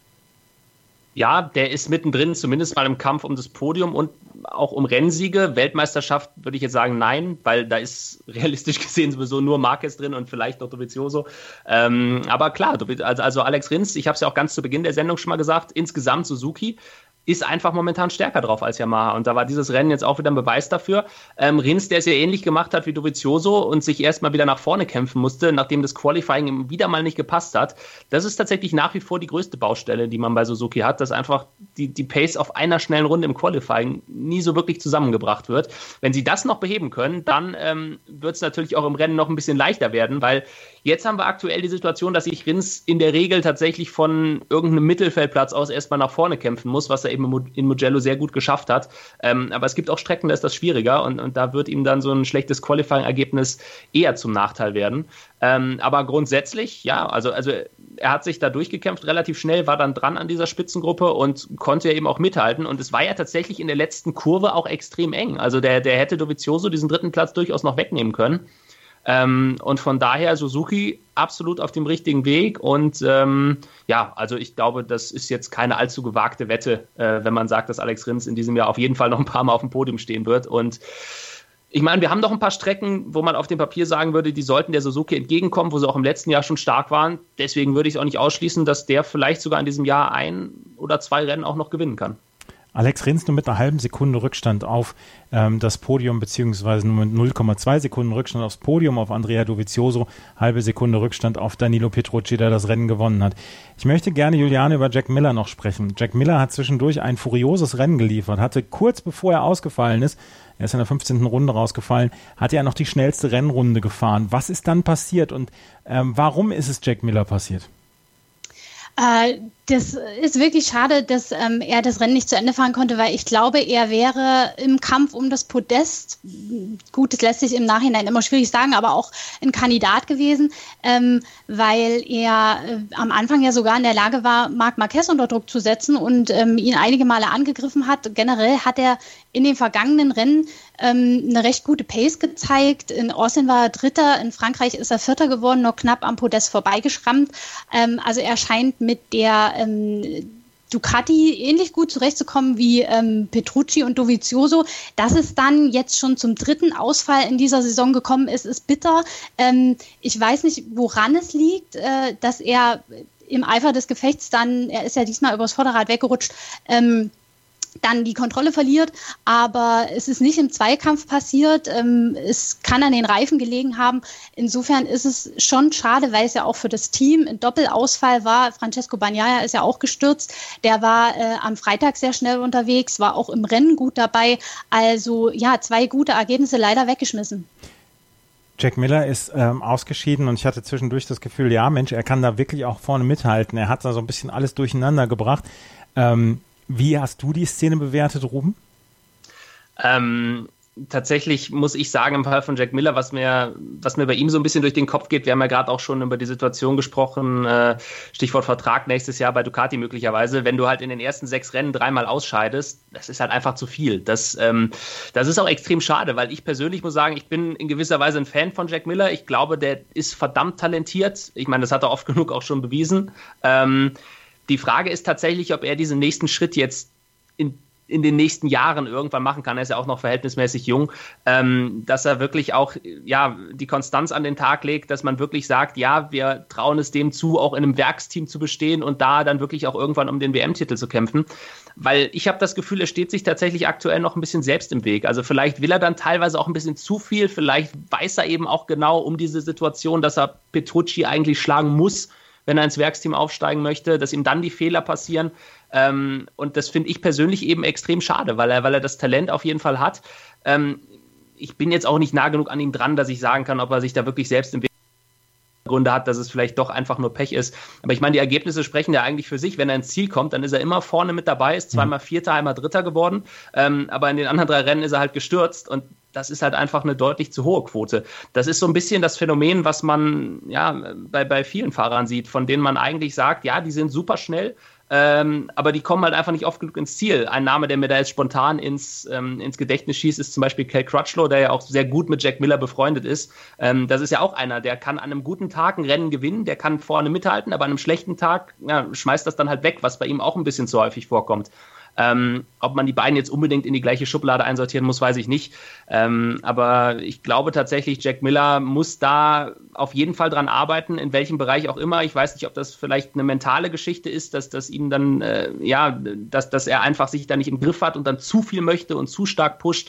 Ja, der ist mittendrin, zumindest mal im Kampf um das Podium und auch um Rennsiege. Weltmeisterschaft würde ich jetzt sagen, nein, weil da ist realistisch gesehen sowieso nur Marquez drin und vielleicht noch Dovizioso. Aber klar, also Alex Rins, ich habe es ja auch ganz zu Beginn der Sendung schon mal gesagt, insgesamt Suzuki ist einfach momentan stärker drauf als Yamaha. Und da war dieses Rennen jetzt auch wieder ein Beweis dafür. Rins, der es ja ähnlich gemacht hat wie Dovizioso und sich erstmal wieder nach vorne kämpfen musste, nachdem das Qualifying ihm wieder mal nicht gepasst hat. Das ist tatsächlich nach wie vor die größte Baustelle, die man bei Suzuki hat, dass einfach die Pace auf einer schnellen Runde im Qualifying nie so wirklich zusammengebracht wird. Wenn sie das noch beheben können, dann wird es natürlich auch im Rennen noch ein bisschen leichter werden, weil jetzt haben wir aktuell die Situation, dass sich Rins in der Regel tatsächlich von irgendeinem Mittelfeldplatz aus erstmal nach vorne kämpfen muss, was er eben in Mugello sehr gut geschafft hat. Aber es gibt auch Strecken, da ist das schwieriger und da wird ihm dann so ein schlechtes Qualifying-Ergebnis eher zum Nachteil werden. Aber grundsätzlich, ja, also er hat sich da durchgekämpft, relativ schnell, war dann dran an dieser Spitzengruppe und konnte ja eben auch mithalten. Und es war ja tatsächlich in der letzten Kurve auch extrem eng. Also der hätte Dovizioso diesen 3. Platz durchaus noch wegnehmen können. Und von daher Suzuki absolut auf dem richtigen Weg und also ich glaube, das ist jetzt keine allzu gewagte Wette, wenn man sagt, dass Alex Rins in diesem Jahr auf jeden Fall noch ein paar Mal auf dem Podium stehen wird. Und ich meine, wir haben noch ein paar Strecken, wo man auf dem Papier sagen würde, die sollten der Suzuki entgegenkommen, wo sie auch im letzten Jahr schon stark waren. Deswegen würde ich es auch nicht ausschließen, dass der vielleicht sogar in diesem Jahr 1 oder 2 Rennen auch noch gewinnen kann. Alex Rins nur mit einer halben Sekunde Rückstand auf das Podium, beziehungsweise nur mit 0,2 Sekunden Rückstand aufs Podium, auf Andrea Dovizioso, halbe Sekunde Rückstand auf Danilo Petrucci, der das Rennen gewonnen hat. Ich möchte gerne, Juliane, über Jack Miller noch sprechen. Jack Miller hat zwischendurch ein furioses Rennen geliefert, hatte kurz bevor er ausgefallen ist, er ist in der 15. Runde rausgefallen, hatte er noch die schnellste Rennrunde gefahren. Was ist dann passiert und warum ist es Jack Miller passiert? Das ist wirklich schade, dass er das Rennen nicht zu Ende fahren konnte, weil ich glaube, er wäre im Kampf um das Podest, gut, das lässt sich im Nachhinein immer schwierig sagen, aber auch ein Kandidat gewesen, weil er am Anfang ja sogar in der Lage war, Marc Marquez unter Druck zu setzen und ihn einige Male angegriffen hat. Generell hat er in den vergangenen Rennen eine recht gute Pace gezeigt. In Austin war er Dritter, in Frankreich ist er Vierter geworden, noch knapp am Podest vorbeigeschrammt. Also er scheint mit der Ducati ähnlich gut zurechtzukommen wie Petrucci und Dovizioso. Dass es dann jetzt schon zum dritten Ausfall in dieser Saison gekommen ist, ist bitter. Ich weiß nicht, woran es liegt, dass er im Eifer des Gefechts dann, er ist ja diesmal übers Vorderrad weggerutscht, dann die Kontrolle verliert, aber es ist nicht im Zweikampf passiert, es kann an den Reifen gelegen haben. Insofern ist es schon schade, weil es ja auch für das Team ein Doppelausfall war. Francesco Bagnaia ist ja auch gestürzt, der war am Freitag sehr schnell unterwegs, war auch im Rennen gut dabei, also ja, 2 gute Ergebnisse leider weggeschmissen. Jack Miller ist ausgeschieden und ich hatte zwischendurch das Gefühl, ja Mensch, er kann da wirklich auch vorne mithalten, er hat da so ein bisschen alles durcheinander gebracht. Wie hast du die Szene bewertet, Ruben? Tatsächlich muss ich sagen, im Fall von Jack Miller, was mir bei ihm so ein bisschen durch den Kopf geht, wir haben ja gerade auch schon über die Situation gesprochen, Stichwort Vertrag nächstes Jahr bei Ducati möglicherweise, wenn du halt in den ersten 6 Rennen 3-mal ausscheidest, das ist halt einfach zu viel. Das ist auch extrem schade, weil ich persönlich muss sagen, ich bin in gewisser Weise ein Fan von Jack Miller. Ich glaube, der ist verdammt talentiert. Ich meine, das hat er oft genug auch schon bewiesen. Die Frage ist tatsächlich, ob er diesen nächsten Schritt jetzt in den nächsten Jahren irgendwann machen kann. Er ist ja auch noch verhältnismäßig jung, dass er wirklich auch die Konstanz an den Tag legt, dass man wirklich sagt, ja, wir trauen es dem zu, auch in einem Werksteam zu bestehen und da dann wirklich auch irgendwann um den WM-Titel zu kämpfen. Weil ich habe das Gefühl, er steht sich tatsächlich aktuell noch ein bisschen selbst im Weg. Also vielleicht will er dann teilweise auch ein bisschen zu viel, vielleicht weiß er eben auch genau um diese Situation, dass er Petrucci eigentlich schlagen muss, wenn er ins Werksteam aufsteigen möchte, dass ihm dann die Fehler passieren. Und das finde ich persönlich eben extrem schade, weil er das Talent auf jeden Fall hat. Ich bin jetzt auch nicht nah genug an ihm dran, dass ich sagen kann, ob er sich da wirklich selbst im Weg Gründe hat, dass es vielleicht doch einfach nur Pech ist. Aber ich meine, die Ergebnisse sprechen ja eigentlich für sich. Wenn er ins Ziel kommt, dann ist er immer vorne mit dabei, ist 2-mal Vierter, einmal Dritter geworden. Aber in den anderen 3 Rennen ist er halt gestürzt und das ist halt einfach eine deutlich zu hohe Quote. Das ist so ein bisschen das Phänomen, was man bei vielen Fahrern sieht, von denen man eigentlich sagt, ja, die sind super schnell, aber die kommen halt einfach nicht oft genug ins Ziel. Ein Name, der mir da jetzt spontan ins Gedächtnis schießt, ist zum Beispiel Cal Crutchlow, der ja auch sehr gut mit Jack Miller befreundet ist. Das ist ja auch einer, der kann an einem guten Tag ein Rennen gewinnen, der kann vorne mithalten, aber an einem schlechten Tag schmeißt das dann halt weg, was bei ihm auch ein bisschen zu häufig vorkommt. Ob man die beiden jetzt unbedingt in die gleiche Schublade einsortieren muss, weiß ich nicht. Aber ich glaube tatsächlich, Jack Miller muss da auf jeden Fall dran arbeiten, in welchem Bereich auch immer. Ich weiß nicht, ob das vielleicht eine mentale Geschichte ist, dass ihn dann, dass er einfach sich da nicht im Griff hat und dann zu viel möchte und zu stark pusht.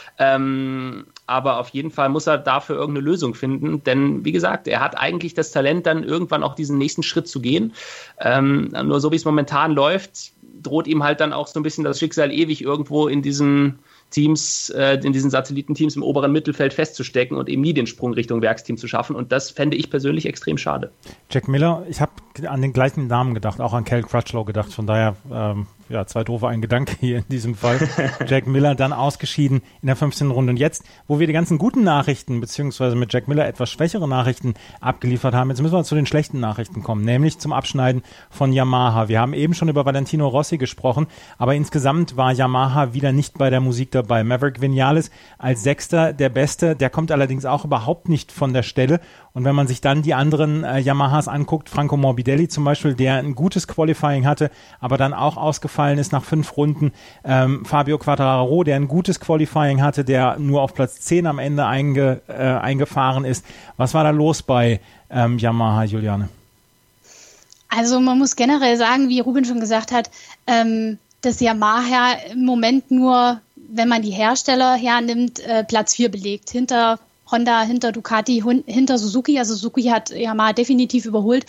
Aber auf jeden Fall muss er dafür irgendeine Lösung finden, denn wie gesagt, er hat eigentlich das Talent, dann irgendwann auch diesen nächsten Schritt zu gehen. Nur so wie es momentan läuft, droht ihm halt dann auch so ein bisschen das Schicksal, ewig irgendwo in diesen Teams, in diesen Satellitenteams im oberen Mittelfeld festzustecken und eben nie den Sprung Richtung Werksteam zu schaffen. Und das fände ich persönlich extrem schade. Jack Miller, ich habe an den gleichen Namen gedacht, auch an Cal Crutchlow gedacht. Von daher, zwei doofe, ein Gedanke hier in diesem Fall. Jack Miller dann ausgeschieden in der 15. Runde. Und jetzt, wo wir die ganzen guten Nachrichten, beziehungsweise mit Jack Miller etwas schwächere Nachrichten abgeliefert haben, jetzt müssen wir zu den schlechten Nachrichten kommen, nämlich zum Abschneiden von Yamaha. Wir haben eben schon über Valentino Rossi gesprochen, aber insgesamt war Yamaha wieder nicht bei der Musik dabei. Maverick Vinales als Sechster, der Beste, der kommt allerdings auch überhaupt nicht von der Stelle. Und wenn man sich dann die anderen Yamahas anguckt, Franco Morbidelli zum Beispiel, der ein gutes Qualifying hatte, aber dann auch ausgefallen ist nach 5 Runden, Fabio Quartararo, der ein gutes Qualifying hatte, der nur auf Platz 10 am Ende eingefahren ist. Was war da los bei Yamaha, Juliane? Also man muss generell sagen, wie Ruben schon gesagt hat, dass Yamaha im Moment nur, wenn man die Hersteller hernimmt, Platz 4 belegt. Hinter Honda, hinter Ducati, hinter Suzuki. Also Suzuki hat Yamaha definitiv überholt.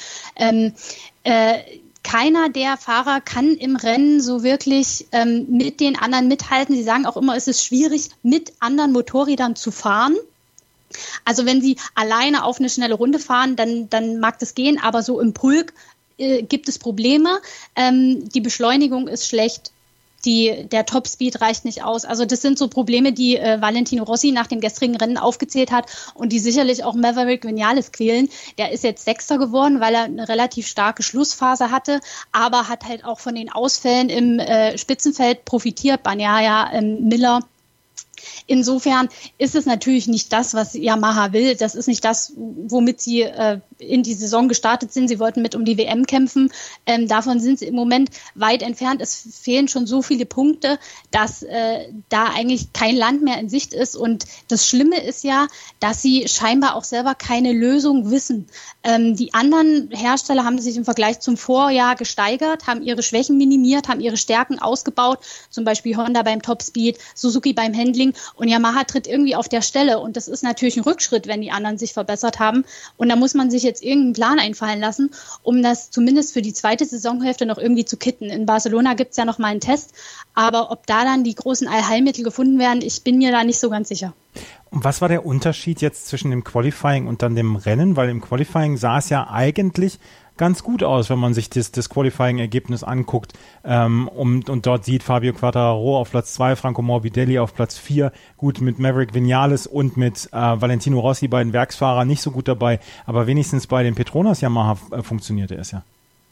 Keiner der Fahrer kann im Rennen so wirklich mit den anderen mithalten. Sie sagen auch immer, es ist schwierig, mit anderen Motorrädern zu fahren. Also wenn sie alleine auf eine schnelle Runde fahren, dann mag das gehen, aber so im Pulk gibt es Probleme. Die Beschleunigung ist schlecht. Der Topspeed reicht nicht aus. Also das sind so Probleme, die Valentino Rossi nach dem gestrigen Rennen aufgezählt hat und die sicherlich auch Maverick Vinales quälen. Der ist jetzt Sechster geworden, weil er eine relativ starke Schlussphase hatte, aber hat halt auch von den Ausfällen im Spitzenfeld profitiert. Bagnaia, Miller. Insofern ist es natürlich nicht das, was Yamaha will. Das ist nicht das, womit sie in die Saison gestartet sind. Sie wollten mit um die WM kämpfen. Davon sind sie im Moment weit entfernt. Es fehlen schon so viele Punkte, dass da eigentlich kein Land mehr in Sicht ist. Und das Schlimme ist ja, dass sie scheinbar auch selber keine Lösung wissen. Die anderen Hersteller haben sich im Vergleich zum Vorjahr gesteigert, haben ihre Schwächen minimiert, haben ihre Stärken ausgebaut. Zum Beispiel Honda beim Topspeed, Suzuki beim Handling. Und Yamaha tritt irgendwie auf der Stelle. Und das ist natürlich ein Rückschritt, wenn die anderen sich verbessert haben. Und da muss man sich jetzt irgendeinen Plan einfallen lassen, um das zumindest für die zweite Saisonhälfte noch irgendwie zu kitten. In Barcelona gibt es ja noch mal einen Test. Aber ob da dann die großen Allheilmittel gefunden werden, ich bin mir da nicht so ganz sicher. Und was war der Unterschied jetzt zwischen dem Qualifying und dann dem Rennen? Weil im Qualifying sah es ja eigentlich ganz gut aus, wenn man sich das Qualifying-Ergebnis anguckt und dort sieht Fabio Quartararo auf Platz 2, Franco Morbidelli auf Platz 4, gut mit Maverick Vinales und mit Valentino Rossi, beiden Werksfahrer, nicht so gut dabei, aber wenigstens bei den Petronas Yamaha funktionierte es ja.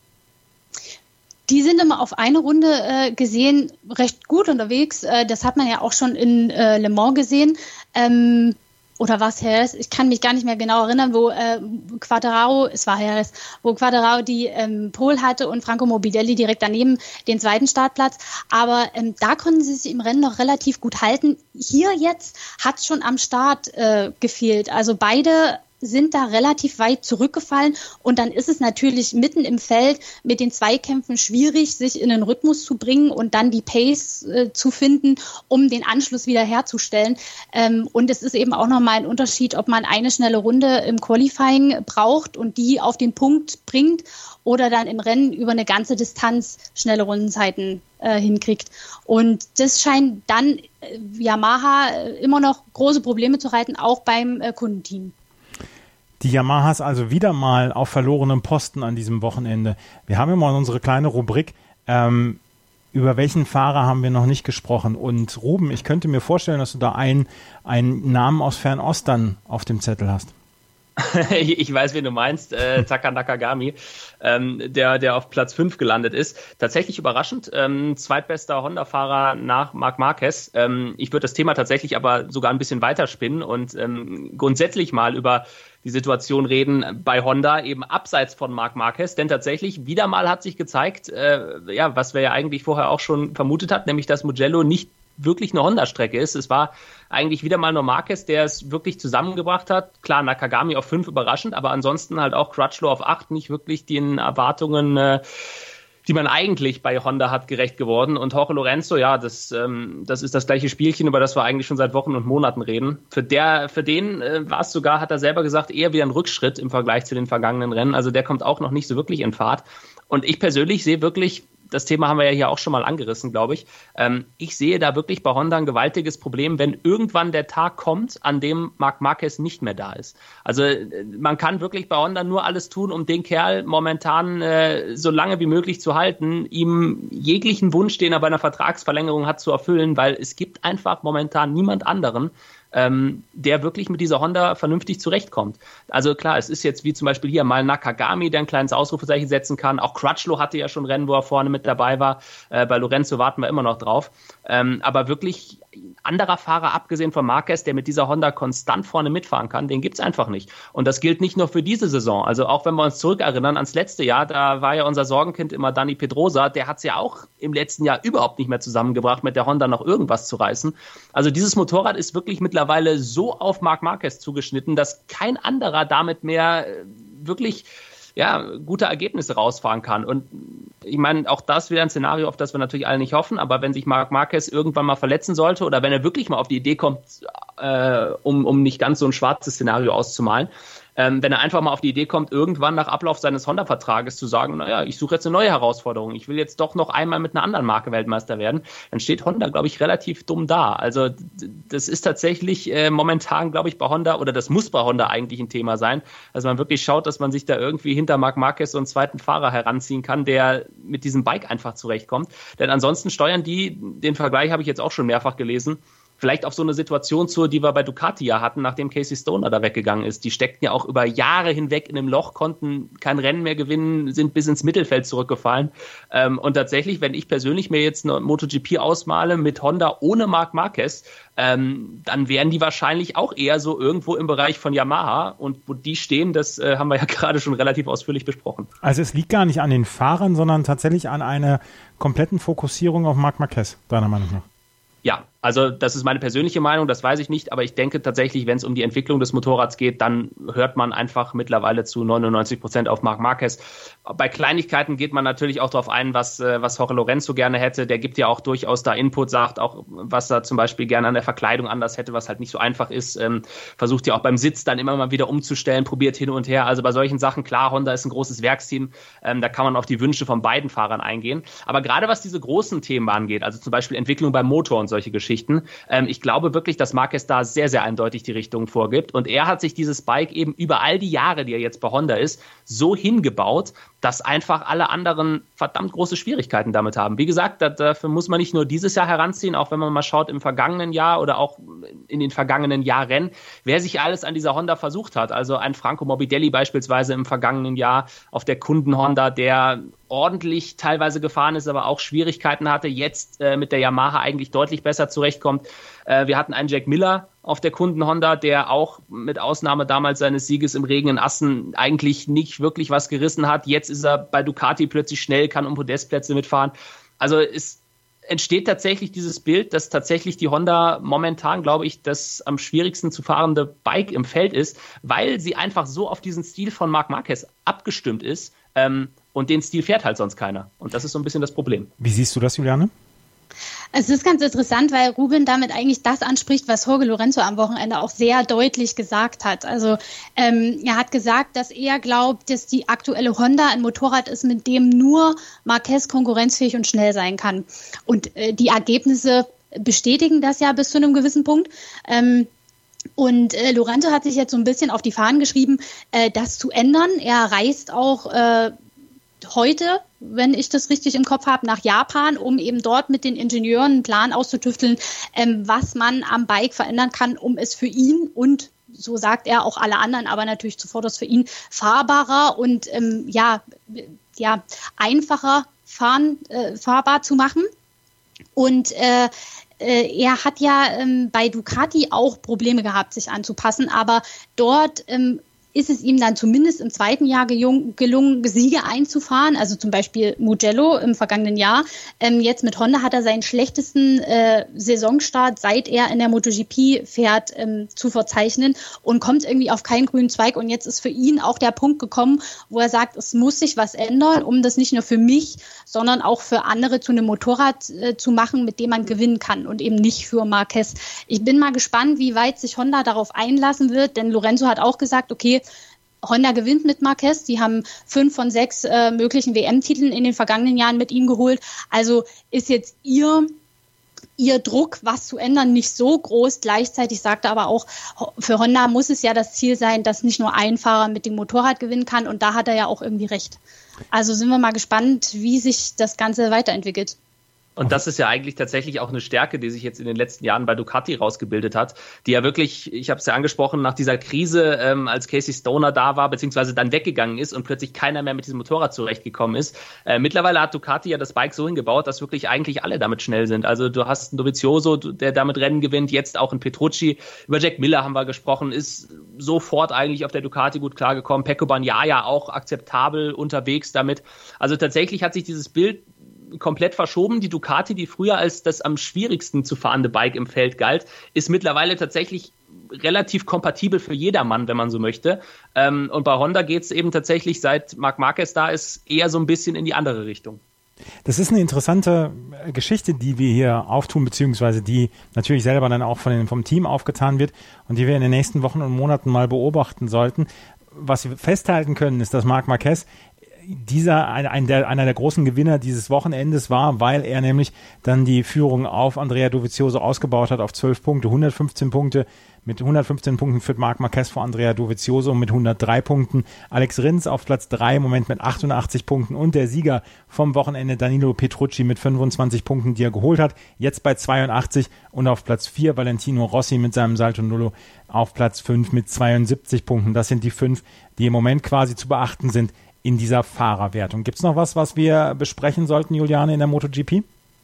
Die sind immer auf eine Runde gesehen recht gut unterwegs. Das hat man ja auch schon in Le Mans gesehen. Oder war es Jerez? Ich kann mich gar nicht mehr genau erinnern, wo Quartararo die Pole hatte und Franco Morbidelli direkt daneben den zweiten Startplatz. Aber da konnten sie sich im Rennen noch relativ gut halten. Hier jetzt hat es schon am Start gefehlt. Also beide sind da relativ weit zurückgefallen und dann ist es natürlich mitten im Feld mit den Zweikämpfen schwierig, sich in den Rhythmus zu bringen und dann die Pace zu finden, um den Anschluss wieder herzustellen. Und es ist eben auch nochmal ein Unterschied, ob man eine schnelle Runde im Qualifying braucht und die auf den Punkt bringt oder dann im Rennen über eine ganze Distanz schnelle Rundenzeiten hinkriegt. Und das scheint dann Yamaha immer noch große Probleme zu reiten, auch beim Kundenteam. Die Yamahas also wieder mal auf verlorenem Posten an diesem Wochenende. Wir haben ja mal unsere kleine Rubrik, über welchen Fahrer haben wir noch nicht gesprochen. Und Ruben, ich könnte mir vorstellen, dass du da einen Namen aus Fernost dann auf dem Zettel hast. Ich weiß, wen du meinst, Taka Nakagami, der auf Platz 5 gelandet ist. Tatsächlich überraschend, zweitbester Honda-Fahrer nach Marc Marquez. Ich würde das Thema tatsächlich aber sogar ein bisschen weiterspinnen und grundsätzlich mal über die Situation reden bei Honda, eben abseits von Marc Marquez, denn tatsächlich wieder mal hat sich gezeigt, was wir ja eigentlich vorher auch schon vermutet hatten, nämlich dass Mugello nicht wirklich eine Honda-Strecke ist. Es war eigentlich wieder mal nur Marquez, der es wirklich zusammengebracht hat. Klar, Nakagami auf 5 überraschend, aber ansonsten halt auch Crutchlow auf 8 nicht wirklich den Erwartungen, die man eigentlich bei Honda hat, gerecht geworden. Und Jorge Lorenzo, ja, das ist das gleiche Spielchen, über das wir eigentlich schon seit Wochen und Monaten reden. Für den war es sogar, hat er selber gesagt, eher wieder ein Rückschritt im Vergleich zu den vergangenen Rennen. Also der kommt auch noch nicht so wirklich in Fahrt. Und ich persönlich sehe wirklich, das Thema haben wir ja hier auch schon mal angerissen, glaube ich. Ich sehe da wirklich bei Honda ein gewaltiges Problem, wenn irgendwann der Tag kommt, an dem Marc Marquez nicht mehr da ist. Also man kann wirklich bei Honda nur alles tun, um den Kerl momentan so lange wie möglich zu halten, ihm jeglichen Wunsch, den er bei einer Vertragsverlängerung hat, zu erfüllen, weil es gibt einfach momentan niemand anderen, der wirklich mit dieser Honda vernünftig zurechtkommt. Also klar, es ist jetzt wie zum Beispiel hier mal Nakagami, der ein kleines Ausrufezeichen setzen kann. Auch Crutchlow hatte ja schon Rennen, wo er vorne mit dabei war. Bei Lorenzo warten wir immer noch drauf. Aber wirklich anderer Fahrer, abgesehen von Marquez, der mit dieser Honda konstant vorne mitfahren kann, den gibt's einfach nicht. Und das gilt nicht nur für diese Saison. Also auch wenn wir uns zurückerinnern ans letzte Jahr, da war ja unser Sorgenkind immer Dani Pedrosa. Der hat's ja auch im letzten Jahr überhaupt nicht mehr zusammengebracht, mit der Honda noch irgendwas zu reißen. Also dieses Motorrad ist wirklich mittlerweile so auf Marc Marquez zugeschnitten, dass kein anderer damit mehr wirklich gute Ergebnisse rausfahren kann. Und ich meine, auch das wieder ein Szenario, auf das wir natürlich alle nicht hoffen, aber wenn sich Marc Marquez irgendwann mal verletzen sollte oder wenn er wirklich mal auf die Idee kommt, um nicht ganz so ein schwarzes Szenario auszumalen, wenn er einfach mal auf die Idee kommt, irgendwann nach Ablauf seines Honda-Vertrages zu sagen, ich suche jetzt eine neue Herausforderung, ich will jetzt doch noch einmal mit einer anderen Marke Weltmeister werden, dann steht Honda, glaube ich, relativ dumm da. Also das ist tatsächlich momentan, glaube ich, bei Honda, oder das muss bei Honda eigentlich ein Thema sein, dass man wirklich schaut, dass man sich da irgendwie hinter Marc Marquez so einen zweiten Fahrer heranziehen kann, der mit diesem Bike einfach zurechtkommt. Denn ansonsten steuern die, den Vergleich habe ich jetzt auch schon mehrfach gelesen, vielleicht auf so eine Situation zu, die wir bei Ducati ja hatten, nachdem Casey Stoner da weggegangen ist. Die steckten ja auch über Jahre hinweg in einem Loch, konnten kein Rennen mehr gewinnen, sind bis ins Mittelfeld zurückgefallen. Und tatsächlich, wenn ich persönlich mir jetzt eine MotoGP ausmale mit Honda ohne Marc Marquez, dann wären die wahrscheinlich auch eher so irgendwo im Bereich von Yamaha. Und wo die stehen, das haben wir ja gerade schon relativ ausführlich besprochen. Also es liegt gar nicht an den Fahrern, sondern tatsächlich an einer kompletten Fokussierung auf Marc Marquez, deiner Meinung nach. Ja, also das ist meine persönliche Meinung, das weiß ich nicht, aber ich denke tatsächlich, wenn es um die Entwicklung des Motorrads geht, dann hört man einfach mittlerweile zu 99% auf Marc Marquez. Bei Kleinigkeiten geht man natürlich auch darauf ein, was Jorge Lorenzo gerne hätte. Der gibt ja auch durchaus da Input, sagt auch, was er zum Beispiel gerne an der Verkleidung anders hätte, was halt nicht so einfach ist. Versucht ja auch beim Sitz dann immer mal wieder umzustellen, probiert hin und her. Also bei solchen Sachen, klar, Honda ist ein großes Werksteam, da kann man auf die Wünsche von beiden Fahrern eingehen. Aber gerade was diese großen Themen angeht, also zum Beispiel Entwicklung beim Motor und solche Geschichten, ich glaube wirklich, dass Marquez da sehr, sehr eindeutig die Richtung vorgibt. Und er hat sich dieses Bike eben über all die Jahre, die er jetzt bei Honda ist, so hingebaut, dass einfach alle anderen verdammt große Schwierigkeiten damit haben. Wie gesagt, dafür muss man nicht nur dieses Jahr heranziehen, auch wenn man mal schaut im vergangenen Jahr oder auch in den vergangenen Jahren, wer sich alles an dieser Honda versucht hat. Also ein Franco Morbidelli beispielsweise im vergangenen Jahr auf der Kunden-Honda, der ordentlich teilweise gefahren ist, aber auch Schwierigkeiten hatte, jetzt mit der Yamaha eigentlich deutlich besser zurechtkommt. Wir hatten einen Jack Miller auf der Kunden-Honda, der auch mit Ausnahme damals seines Sieges im Regen in Assen eigentlich nicht wirklich was gerissen hat. Jetzt ist er bei Ducati plötzlich schnell, kann um Podestplätze mitfahren. Also es entsteht tatsächlich dieses Bild, dass tatsächlich die Honda momentan, glaube ich, das am schwierigsten zu fahrende Bike im Feld ist, weil sie einfach so auf diesen Stil von Marc Marquez abgestimmt ist, und den Stil fährt halt sonst keiner. Und das ist so ein bisschen das Problem. Wie siehst du das, Juliane? Es ist ganz interessant, weil Ruben damit eigentlich das anspricht, was Jorge Lorenzo am Wochenende auch sehr deutlich gesagt hat. Also er hat gesagt, dass er glaubt, dass die aktuelle Honda ein Motorrad ist, mit dem nur Marquez konkurrenzfähig und schnell sein kann. Und die Ergebnisse bestätigen das ja bis zu einem gewissen Punkt. Und Lorenzo hat sich jetzt so ein bisschen auf die Fahnen geschrieben, das zu ändern. Er reist auch heute, wenn ich das richtig im Kopf habe, nach Japan, um eben dort mit den Ingenieuren einen Plan auszutüfteln, was man am Bike verändern kann, um es für ihn und, so sagt er, auch alle anderen, aber natürlich zuvorderst für ihn, fahrbarer und einfacher fahrbar zu machen. Und er hat ja bei Ducati auch Probleme gehabt, sich anzupassen, aber dort ist es ihm dann zumindest im zweiten Jahr gelungen, Siege einzufahren, also zum Beispiel Mugello im vergangenen Jahr. Jetzt mit Honda hat er seinen schlechtesten Saisonstart, seit er in der MotoGP fährt, zu verzeichnen und kommt irgendwie auf keinen grünen Zweig. Und jetzt ist für ihn auch der Punkt gekommen, wo er sagt, es muss sich was ändern, um das nicht nur für mich, sondern auch für andere zu einem Motorrad zu machen, mit dem man gewinnen kann und eben nicht für Marquez. Ich bin mal gespannt, wie weit sich Honda darauf einlassen wird, denn Lorenzo hat auch gesagt, okay, Honda gewinnt mit Marquez. Die haben 5 von 6 möglichen WM-Titeln in den vergangenen Jahren mit ihm geholt. Also ist jetzt ihr Druck, was zu ändern, nicht so groß. Gleichzeitig sagte aber auch, für Honda muss es ja das Ziel sein, dass nicht nur ein Fahrer mit dem Motorrad gewinnen kann. Und da hat er ja auch irgendwie recht. Also sind wir mal gespannt, wie sich das Ganze weiterentwickelt. Und das ist ja eigentlich tatsächlich auch eine Stärke, die sich jetzt in den letzten Jahren bei Ducati rausgebildet hat, die ja wirklich, ich habe es ja angesprochen, nach dieser Krise, als Casey Stoner da war, beziehungsweise dann weggegangen ist und plötzlich keiner mehr mit diesem Motorrad zurechtgekommen ist. Mittlerweile hat Ducati ja das Bike so hingebaut, dass wirklich eigentlich alle damit schnell sind. Also du hast einen Dovizioso, der damit Rennen gewinnt, jetzt auch einen Petrucci. Über Jack Miller haben wir gesprochen, ist sofort eigentlich auf der Ducati gut klargekommen. Pecco Bagnaia auch akzeptabel unterwegs damit. Also tatsächlich hat sich dieses Bild komplett verschoben. Die Ducati, die früher als das am schwierigsten zu fahrende Bike im Feld galt, ist mittlerweile tatsächlich relativ kompatibel für jedermann, wenn man so möchte. Und bei Honda geht es eben tatsächlich, seit Marc Marquez da ist, eher so ein bisschen in die andere Richtung. Das ist eine interessante Geschichte, die wir hier auftun, beziehungsweise die natürlich selber dann auch vom Team aufgetan wird und die wir in den nächsten Wochen und Monaten mal beobachten sollten. Was wir festhalten können, ist, dass Marc Marquez einer der großen Gewinner dieses Wochenendes war, weil er nämlich dann die Führung auf Andrea Dovizioso ausgebaut hat auf 12 Punkte, 115 Punkte. Mit 115 Punkten führt Marc Marquez vor Andrea Dovizioso mit 103 Punkten. Alex Rins auf Platz 3 im Moment mit 88 Punkten und der Sieger vom Wochenende Danilo Petrucci mit 25 Punkten, die er geholt hat. Jetzt bei 82 und auf Platz 4 Valentino Rossi mit seinem Salto Nullo auf Platz 5 mit 72 Punkten. Das sind die 5, die im Moment quasi zu beachten sind in dieser Fahrerwertung. Gibt es noch was wir besprechen sollten, Juliane, in der MotoGP?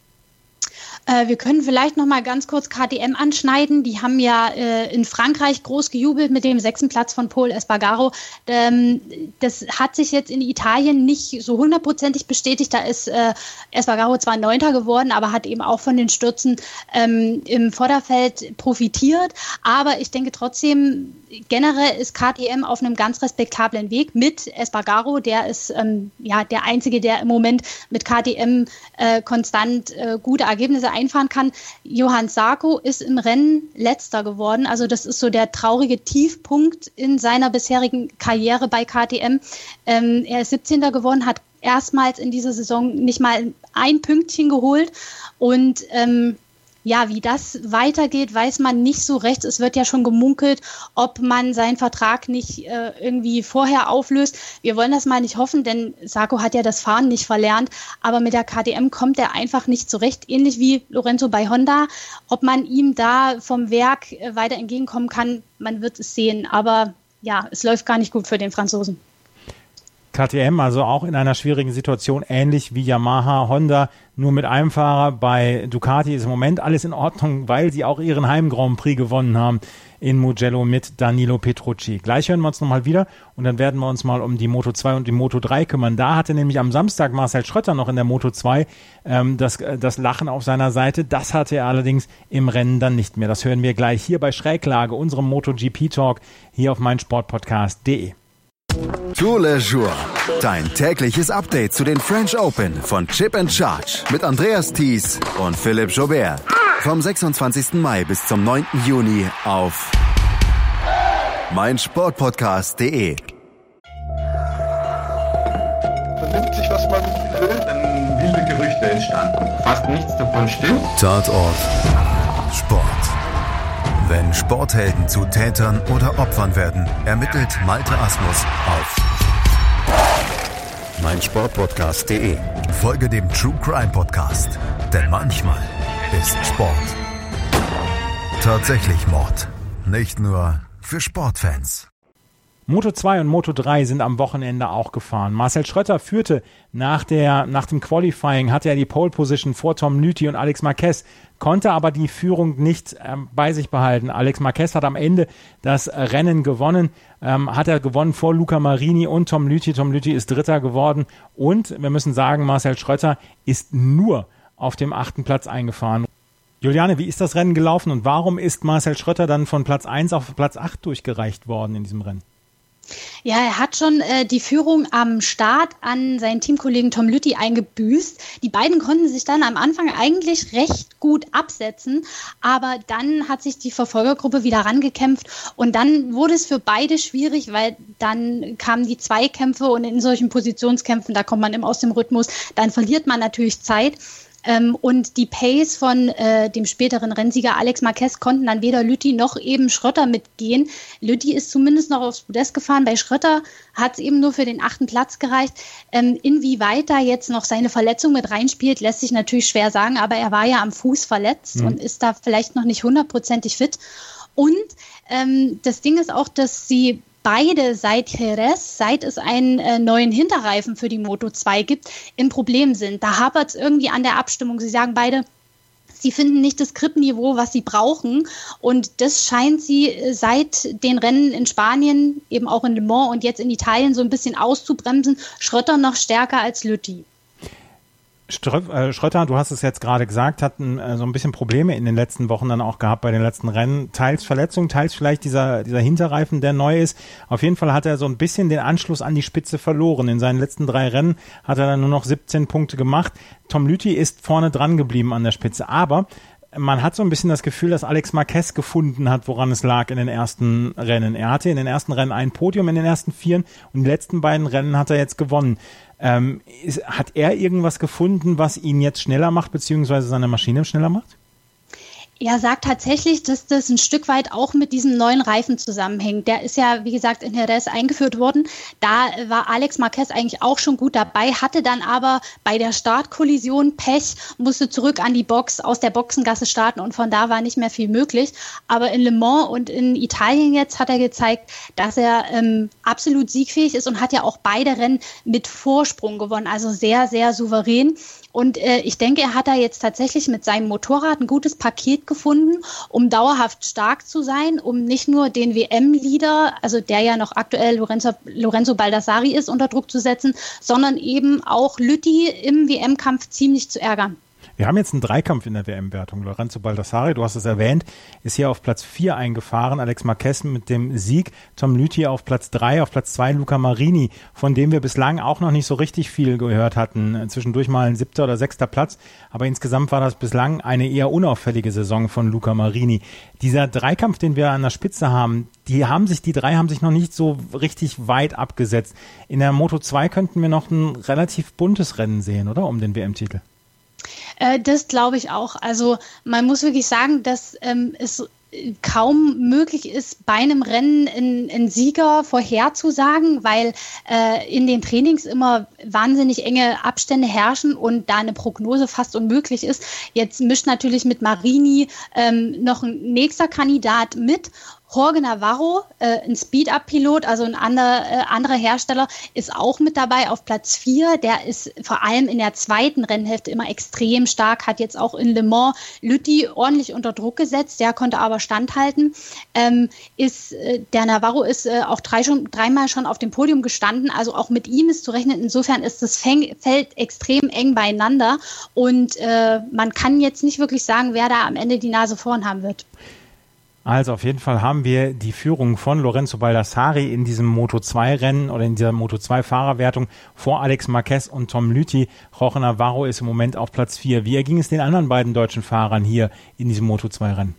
Wir können vielleicht noch mal ganz kurz KTM anschneiden. Die haben ja in Frankreich groß gejubelt mit dem 6. Platz von Pol Espargaro. Das hat sich jetzt in Italien nicht so hundertprozentig bestätigt. Da ist Espargaro zwar 9. geworden, aber hat eben auch von den Stürzen im Vorderfeld profitiert. Aber ich denke trotzdem, generell ist KTM auf einem ganz respektablen Weg mit Espargaro. Der ist der Einzige, der im Moment mit KTM konstant gute Ergebnisse einfahren kann. Johann Zarco ist im Rennen Letzter geworden. Also das ist so der traurige Tiefpunkt in seiner bisherigen Karriere bei KTM. Er ist 17. geworden, hat erstmals in dieser Saison nicht mal ein Pünktchen geholt und wie das weitergeht, weiß man nicht so recht. Es wird ja schon gemunkelt, ob man seinen Vertrag nicht irgendwie vorher auflöst. Wir wollen das mal nicht hoffen, denn Zarco hat ja das Fahren nicht verlernt. Aber mit der KTM kommt er einfach nicht zurecht. Ähnlich wie Lorenzo bei Honda. Ob man ihm da vom Werk weiter entgegenkommen kann, man wird es sehen. Aber ja, es läuft gar nicht gut für den Franzosen. KTM also auch in einer schwierigen Situation, ähnlich wie Yamaha, Honda, nur mit einem Fahrer. Bei Ducati ist im Moment alles in Ordnung, weil sie auch ihren Heim-Grand Prix gewonnen haben in Mugello mit Danilo Petrucci. Gleich hören wir uns nochmal wieder und dann werden wir uns mal um die Moto 2 und die Moto 3 kümmern. Da hatte nämlich am Samstag Marcel Schrötter noch in der Moto 2 das Lachen auf seiner Seite. Das hatte er allerdings im Rennen dann nicht mehr. Das hören wir gleich hier bei Schräglage, unserem MotoGP-Talk hier auf meinsportpodcast.de. Tour Le Jour, dein tägliches Update zu den French Open von Chip & Charge mit Andreas Thies und Philipp Joubert. Vom 26. Mai bis zum 9. Juni auf meinsportpodcast.de. Vernimmt sich, was man will, dann wilde Gerüchte entstanden. Fast nichts davon stimmt. Tatort Sport. Wenn Sporthelden zu Tätern oder Opfern werden, ermittelt Malte Asmus auf meinsportpodcast.de. Folge dem True Crime Podcast, denn manchmal ist Sport tatsächlich Mord. Nicht nur für Sportfans. Moto 2 und Moto 3 sind am Wochenende auch gefahren. Marcel Schrötter führte nach dem Qualifying, hatte er die Pole Position vor Tom Lüthi und Alex Marquez, konnte aber die Führung nicht bei sich behalten. Alex Marquez hat am Ende das Rennen gewonnen, hat er gewonnen vor Luca Marini und Tom Lüthi. Tom Lüthi ist Dritter geworden und wir müssen sagen, Marcel Schrötter ist nur auf dem 8. Platz eingefahren. Juliane, wie ist das Rennen gelaufen und warum ist Marcel Schrötter dann von Platz 1 auf Platz 8 durchgereicht worden in diesem Rennen? Ja, er hat schon die Führung am Start an seinen Teamkollegen Tom Lüthi eingebüßt. Die beiden konnten sich dann am Anfang eigentlich recht gut absetzen, aber dann hat sich die Verfolgergruppe wieder rangekämpft und dann wurde es für beide schwierig, weil dann kamen die Zweikämpfe und in solchen Positionskämpfen, da kommt man immer aus dem Rhythmus, dann verliert man natürlich Zeit. Und die Pace von dem späteren Rennsieger Alex Marquez konnten dann weder Lüthi noch eben Schrötter mitgehen. Lüthi ist zumindest noch aufs Podest gefahren. Bei Schrötter hat es eben nur für den 8. Platz gereicht. Inwieweit da jetzt noch seine Verletzung mit reinspielt, lässt sich natürlich schwer sagen. Aber er war ja am Fuß verletzt und ist da vielleicht noch nicht 100%ig fit. Und das Ding ist auch, dass sie beide seit Jerez, seit es einen neuen Hinterreifen für die Moto 2 gibt, im Problem sind. Da hapert es irgendwie an der Abstimmung. Sie sagen beide, sie finden nicht das Grip-Niveau, was sie brauchen. Und das scheint sie seit den Rennen in Spanien, eben auch in Le Mans und jetzt in Italien so ein bisschen auszubremsen. Schrötter noch stärker als Lüthi. Schrötter, du hast es jetzt gerade gesagt, hat so ein bisschen Probleme in den letzten Wochen dann auch gehabt bei den letzten Rennen. Teils Verletzung, teils vielleicht dieser Hinterreifen, der neu ist. Auf jeden Fall hat er so ein bisschen den Anschluss an die Spitze verloren. In seinen letzten 3 Rennen hat er dann nur noch 17 Punkte gemacht. Tom Lüthi ist vorne dran geblieben an der Spitze. Aber man hat so ein bisschen das Gefühl, dass Alex Marquez gefunden hat, woran es lag in den ersten Rennen. Er hatte in den ersten Rennen ein Podium in den ersten 4 und die letzten beiden Rennen hat er jetzt gewonnen. Hat er irgendwas gefunden, was ihn jetzt schneller macht, beziehungsweise seine Maschine schneller macht? Er sagt tatsächlich, dass das ein Stück weit auch mit diesem neuen Reifen zusammenhängt. Der ist ja, wie gesagt, in Jerez eingeführt worden. Da war Alex Marquez eigentlich auch schon gut dabei, hatte dann aber bei der Startkollision Pech, musste zurück an die Box, aus der Boxengasse starten und von da war nicht mehr viel möglich. Aber in Le Mans und in Italien jetzt hat er gezeigt, dass er absolut siegfähig ist und hat ja auch beide Rennen mit Vorsprung gewonnen. Also sehr, sehr souverän. Und ich denke, er hat da jetzt tatsächlich mit seinem Motorrad ein gutes Paket gefunden, um dauerhaft stark zu sein, um nicht nur den WM-Leader, also der ja noch aktuell Lorenzo Baldassarri ist, unter Druck zu setzen, sondern eben auch Lüthi im WM-Kampf ziemlich zu ärgern. Wir haben jetzt einen Dreikampf in der WM-Wertung. Lorenzo Baldassarri, du hast es erwähnt, ist hier auf Platz 4 eingefahren. Alex Marquez mit dem Sieg. Tom Lüthi auf Platz 3, auf Platz 2 Luca Marini, von dem wir bislang auch noch nicht so richtig viel gehört hatten. Zwischendurch mal ein 7. oder 6. Platz. Aber insgesamt war das bislang eine eher unauffällige Saison von Luca Marini. Dieser Dreikampf, den wir an der Spitze haben, die drei haben sich noch nicht so richtig weit abgesetzt. In der Moto2 könnten wir noch ein relativ buntes Rennen sehen, oder? Um den WM-Titel. Das glaube ich auch. Also man muss wirklich sagen, dass es kaum möglich ist, bei einem Rennen einen Sieger vorherzusagen, weil in den Trainings immer wahnsinnig enge Abstände herrschen und da eine Prognose fast unmöglich ist. Jetzt mischt natürlich mit Marini noch ein nächster Kandidat mit. Jorge Navarro, ein Speed-Up-Pilot, also ein anderer Hersteller, ist auch mit dabei auf Platz 4. Der ist vor allem in der zweiten Rennhälfte immer extrem stark, hat jetzt auch in Le Mans Lüthi ordentlich unter Druck gesetzt, der konnte aber standhalten. Der Navarro ist auch dreimal schon auf dem Podium gestanden, also auch mit ihm ist zu rechnen. Insofern ist das Feld extrem eng beieinander und man kann jetzt nicht wirklich sagen, wer da am Ende die Nase vorn haben wird. Also auf jeden Fall haben wir die Führung von Lorenzo Baldassarri in diesem Moto2-Rennen oder in dieser Moto2-Fahrerwertung vor Alex Marquez und Tom Lüthi. Jorge Navarro ist im Moment auf Platz 4. Wie erging es den anderen beiden deutschen Fahrern hier in diesem Moto2-Rennen?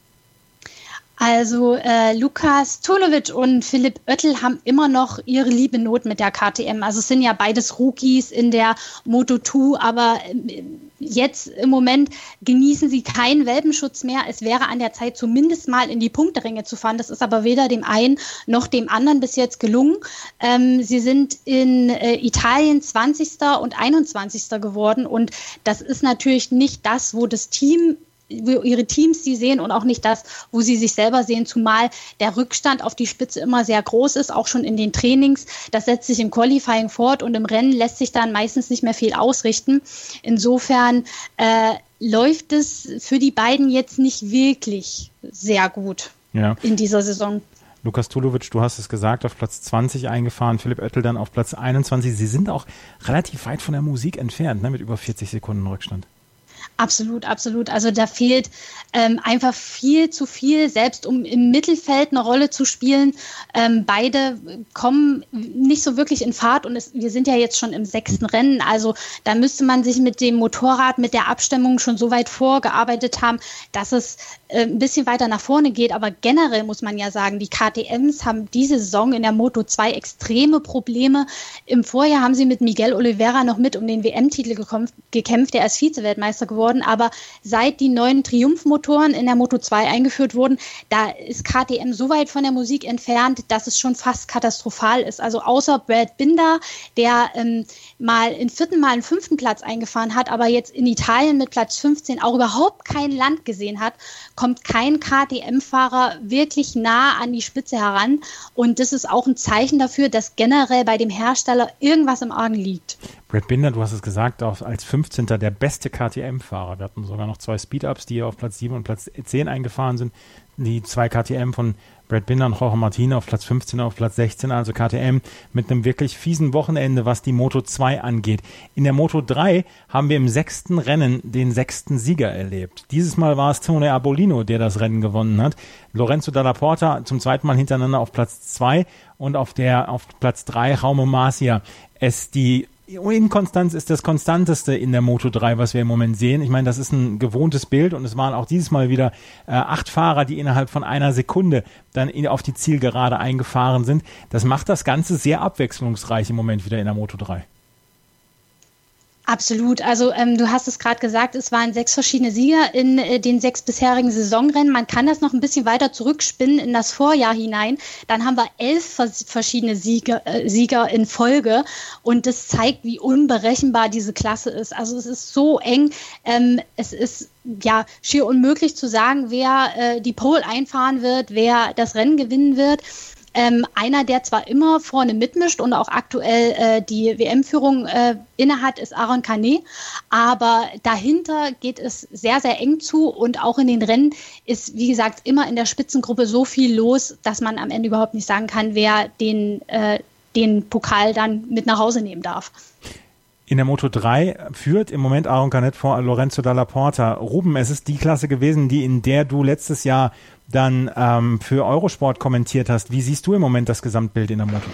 Also Lukas Tulovic und Philipp Oettel haben immer noch ihre liebe Not mit der KTM. Also es sind ja beides Rookies in der Moto2, aber jetzt im Moment genießen sie keinen Welpenschutz mehr. Es wäre an der Zeit, zumindest mal in die Punkteränge zu fahren. Das ist aber weder dem einen noch dem anderen bis jetzt gelungen. Sie sind in Italien 20. und 21. geworden und das ist natürlich nicht das, wo ihre Teams sie sehen und auch nicht das, wo sie sich selber sehen, zumal der Rückstand auf die Spitze immer sehr groß ist, auch schon in den Trainings. Das setzt sich im Qualifying fort und im Rennen lässt sich dann meistens nicht mehr viel ausrichten. Insofern läuft es für die beiden jetzt nicht wirklich sehr gut in dieser Saison. Lukas Tulovic, du hast es gesagt, auf Platz 20 eingefahren, Philipp Oettel dann auf Platz 21. Sie sind auch relativ weit von der Musik entfernt, mit über 40 Sekunden Rückstand. Absolut, absolut. Also da fehlt einfach viel zu viel, selbst um im Mittelfeld eine Rolle zu spielen. Beide kommen nicht so wirklich in Fahrt und wir sind ja jetzt schon im 6. Rennen. Also da müsste man sich mit dem Motorrad, mit der Abstimmung schon so weit vorgearbeitet haben, dass es ein bisschen weiter nach vorne geht. Aber generell muss man ja sagen, die KTMs haben diese Saison in der Moto2 extreme Probleme. Im Vorjahr haben sie mit Miguel Oliveira noch mit um den WM-Titel gekämpft. Der ist Vize-Weltmeister geworden. Aber seit die neuen Triumph-Motoren in der Moto2 eingeführt wurden, da ist KTM so weit von der Musik entfernt, dass es schon fast katastrophal ist. Also außer Brad Binder, der mal im 4., mal einen 5. Platz eingefahren hat, aber jetzt in Italien mit Platz 15 auch überhaupt kein Land gesehen hat, kommt kein KTM-Fahrer wirklich nah an die Spitze heran. Und das ist auch ein Zeichen dafür, dass generell bei dem Hersteller irgendwas im Argen liegt. Brad Binder, du hast es gesagt, als 15. der beste KTM-Fahrer. Wir hatten sogar noch 2 Speed-Ups, die auf Platz 7 und Platz 10 eingefahren sind. die 2 KTM von Brad Binder und Jorge Martin auf Platz 15, auf Platz 16, also KTM mit einem wirklich fiesen Wochenende, was die Moto 2 angeht. In der Moto 3 haben wir im 6. Rennen den 6. Sieger erlebt. Dieses Mal war es Tony Arbolino, der das Rennen gewonnen hat. Lorenzo Dalla Porta zum zweiten Mal hintereinander auf Platz 2 und auf Platz 3 Jaume Masia. Die Inkonstanz ist das Konstanteste in der Moto 3, was wir im Moment sehen. Ich meine, das ist ein gewohntes Bild und es waren auch dieses Mal wieder 8 Fahrer, die innerhalb von einer Sekunde dann auf die Zielgerade eingefahren sind. Das macht das Ganze sehr abwechslungsreich im Moment wieder in der Moto 3. Absolut. Also du hast es gerade gesagt, es waren 6 verschiedene Sieger in den 6 bisherigen Saisonrennen. Man kann das noch ein bisschen weiter zurückspinnen in das Vorjahr hinein. Dann haben wir 11 verschiedene Sieger in Folge. Und das zeigt, wie unberechenbar diese Klasse ist. Also es ist so eng. Es ist ja schier unmöglich zu sagen, wer die Pole einfahren wird, wer das Rennen gewinnen wird. Einer, der zwar immer vorne mitmischt und auch aktuell die WM-Führung innehat, ist Aron Canet, aber dahinter geht es sehr, sehr eng zu und auch in den Rennen ist, wie gesagt, immer in der Spitzengruppe so viel los, dass man am Ende überhaupt nicht sagen kann, wer den Pokal dann mit nach Hause nehmen darf. In der Moto 3 führt im Moment Aron Canet vor Lorenzo Dalla Porta. Ruben, es ist die Klasse gewesen, in der du letztes Jahr dann für Eurosport kommentiert hast. Wie siehst du im Moment das Gesamtbild in der Moto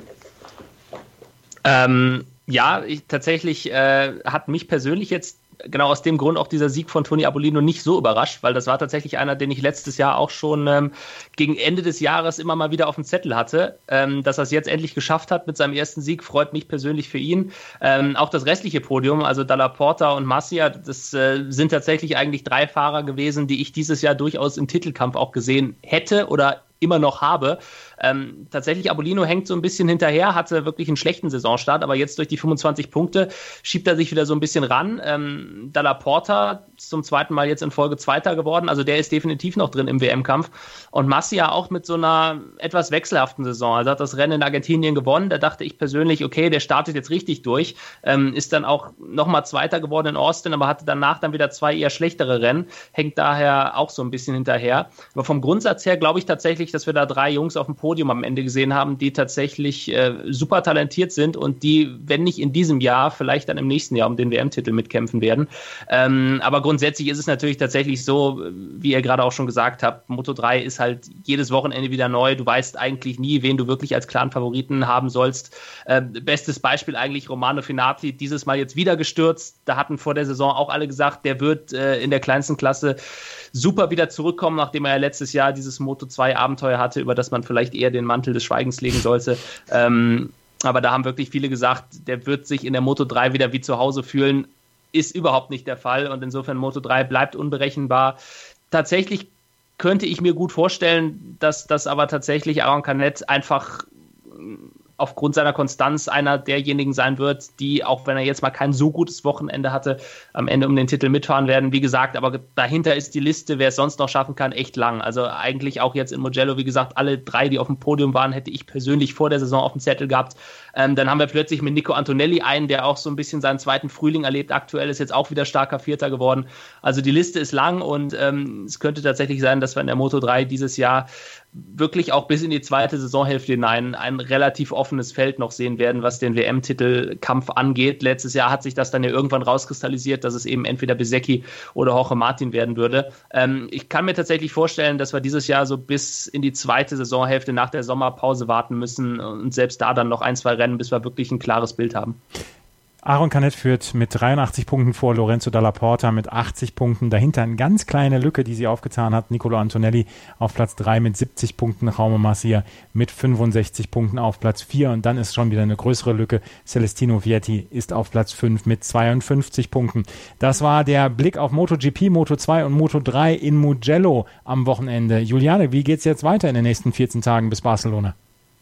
3? Tatsächlich hat mich persönlich jetzt genau aus dem Grund auch dieser Sieg von Tony Arbolino nicht so überrascht, weil das war tatsächlich einer, den ich letztes Jahr auch schon gegen Ende des Jahres immer mal wieder auf dem Zettel hatte. Dass er es jetzt endlich geschafft hat mit seinem ersten Sieg, freut mich persönlich für ihn. Auch das restliche Podium, also Dalla Porta und Masia, das sind tatsächlich eigentlich 3 Fahrer gewesen, die ich dieses Jahr durchaus im Titelkampf auch gesehen hätte oder immer noch habe. Tatsächlich, Arbolino hängt so ein bisschen hinterher, hatte wirklich einen schlechten Saisonstart, aber jetzt durch die 25 Punkte schiebt er sich wieder so ein bisschen ran. Dalla Porta zum zweiten Mal jetzt in Folge Zweiter geworden, also der ist definitiv noch drin im WM-Kampf. Und Masia auch mit so einer etwas wechselhaften Saison. Also hat das Rennen in Argentinien gewonnen, da dachte ich persönlich, okay, der startet jetzt richtig durch. Ist dann auch nochmal Zweiter geworden in Austin, aber hatte danach dann wieder 2 eher schlechtere Rennen, hängt daher auch so ein bisschen hinterher. Aber vom Grundsatz her glaube ich tatsächlich, dass wir da 3 Jungs auf dem Podium am Ende gesehen haben, die tatsächlich super talentiert sind und die, wenn nicht in diesem Jahr, vielleicht dann im nächsten Jahr um den WM-Titel mitkämpfen werden. Aber grundsätzlich ist es natürlich tatsächlich so, wie ihr gerade auch schon gesagt habt, Moto 3 ist halt jedes Wochenende wieder neu. Du weißt eigentlich nie, wen du wirklich als klaren Favoriten haben sollst. Bestes Beispiel eigentlich Romano Finati, dieses Mal jetzt wieder gestürzt. Da hatten vor der Saison auch alle gesagt, der wird in der kleinsten Klasse super wieder zurückkommen, nachdem er ja letztes Jahr dieses Moto 2 Abenteuer hatte, über das man vielleicht eher den Mantel des Schweigens legen sollte. Aber da haben wirklich viele gesagt, der wird sich in der Moto 3 wieder wie zu Hause fühlen. Ist überhaupt nicht der Fall und insofern Moto 3 bleibt unberechenbar. Tatsächlich könnte ich mir gut vorstellen, dass das aber tatsächlich Aron Canet einfach aufgrund seiner Konstanz einer derjenigen sein wird, die, auch wenn er jetzt mal kein so gutes Wochenende hatte, am Ende um den Titel mitfahren werden. Wie gesagt, aber dahinter ist die Liste, wer es sonst noch schaffen kann, echt lang. Also eigentlich auch jetzt in Mugello, wie gesagt, alle 3, die auf dem Podium waren, hätte ich persönlich vor der Saison auf dem Zettel gehabt. Dann haben wir plötzlich mit Nico Antonelli einen, der auch so ein bisschen seinen zweiten Frühling erlebt. Aktuell ist jetzt auch wieder starker Vierter geworden. Also die Liste ist lang und es könnte tatsächlich sein, dass wir in der Moto 3 dieses Jahr wirklich auch bis in die zweite Saisonhälfte hinein ein relativ offenes Feld noch sehen werden, was den WM-Titelkampf angeht. Letztes Jahr hat sich das dann ja irgendwann rauskristallisiert, dass es eben entweder Bezzecchi oder Jorge Martin werden würde. Ich kann mir tatsächlich vorstellen, dass wir dieses Jahr so bis in die zweite Saisonhälfte nach der Sommerpause warten müssen und selbst da dann noch 1, 2 Rennen, bis wir wirklich ein klares Bild haben. Aron Canet führt mit 83 Punkten vor, Lorenzo Dalla Porta mit 80 Punkten. Dahinter eine ganz kleine Lücke, die sie aufgetan hat. Nicolo Antonelli auf Platz 3 mit 70 Punkten. Jaume Masia mit 65 Punkten auf Platz 4. Und dann ist schon wieder eine größere Lücke. Celestino Vietti ist auf Platz 5 mit 52 Punkten. Das war der Blick auf MotoGP, Moto 2 und Moto 3 in Mugello am Wochenende. Juliane, wie geht's jetzt weiter in den nächsten 14 Tagen bis Barcelona?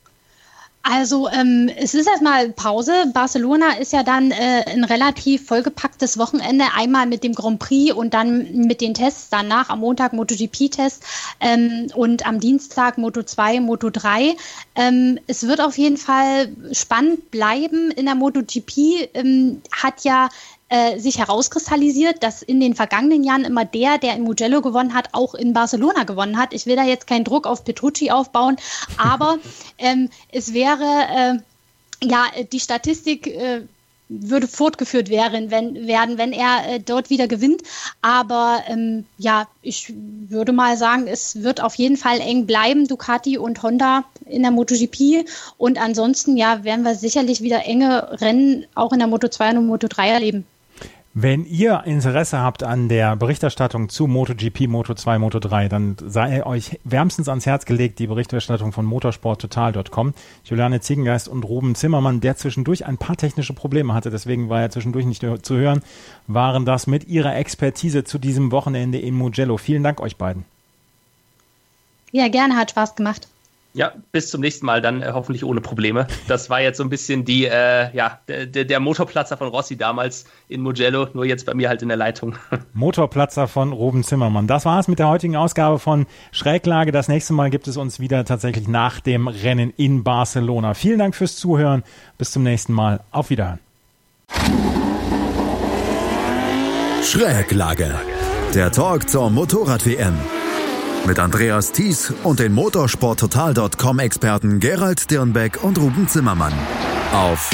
Also es ist erstmal Pause. Barcelona ist ja dann ein relativ vollgepacktes Wochenende, einmal mit dem Grand Prix und dann mit den Tests, danach am Montag MotoGP-Test und am Dienstag Moto 2, Moto 3. Es wird auf jeden Fall spannend bleiben. In der MotoGP hat ja sich herauskristallisiert, dass in den vergangenen Jahren immer der in Mugello gewonnen hat, auch in Barcelona gewonnen hat. Ich will da jetzt keinen Druck auf Petrucci aufbauen, aber es wäre, die Statistik würde fortgeführt werden, wenn er dort wieder gewinnt. Aber ich würde mal sagen, es wird auf jeden Fall eng bleiben, Ducati und Honda in der MotoGP. Und ansonsten, werden wir sicherlich wieder enge Rennen auch in der Moto2 und Moto3 erleben. Wenn ihr Interesse habt an der Berichterstattung zu MotoGP, Moto2, Moto3, dann sei euch wärmstens ans Herz gelegt die Berichterstattung von motorsporttotal.com. Juliane Ziegengeist und Ruben Zimmermann, der zwischendurch ein paar technische Probleme hatte, deswegen war er zwischendurch nicht zu hören, waren das mit ihrer Expertise zu diesem Wochenende in Mugello. Vielen Dank euch beiden. Ja, gerne, hat Spaß gemacht. Ja, bis zum nächsten Mal, dann hoffentlich ohne Probleme. Das war jetzt so ein bisschen der Motorplatzer von Rossi damals in Mugello, nur jetzt bei mir halt in der Leitung. Motorplatzer von Ruben Zimmermann. Das war's mit der heutigen Ausgabe von Schräglage. Das nächste Mal gibt es uns wieder tatsächlich nach dem Rennen in Barcelona. Vielen Dank fürs Zuhören. Bis zum nächsten Mal. Auf Wiederhören. Schräglage. Der Talk zur Motorrad-WM. Mit Andreas Thies und den motorsporttotal.com-Experten Gerald Dirnbeck und Ruben Zimmermann. Auf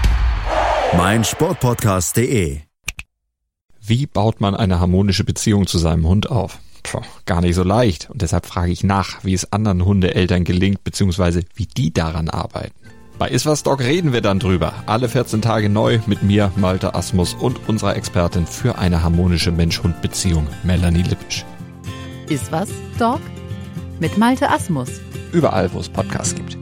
meinsportpodcast.de. Wie baut man eine harmonische Beziehung zu seinem Hund auf? Gar nicht so leicht. Und deshalb frage ich nach, wie es anderen Hundeeltern gelingt, beziehungsweise wie die daran arbeiten. Bei Iswas Dog reden wir dann drüber. Alle 14 Tage neu mit mir, Malte Asmus und unserer Expertin für eine harmonische Mensch-Hund-Beziehung, Melanie Lippisch. Iswas Dog mit Malte Asmus. Überall, wo es Podcasts gibt.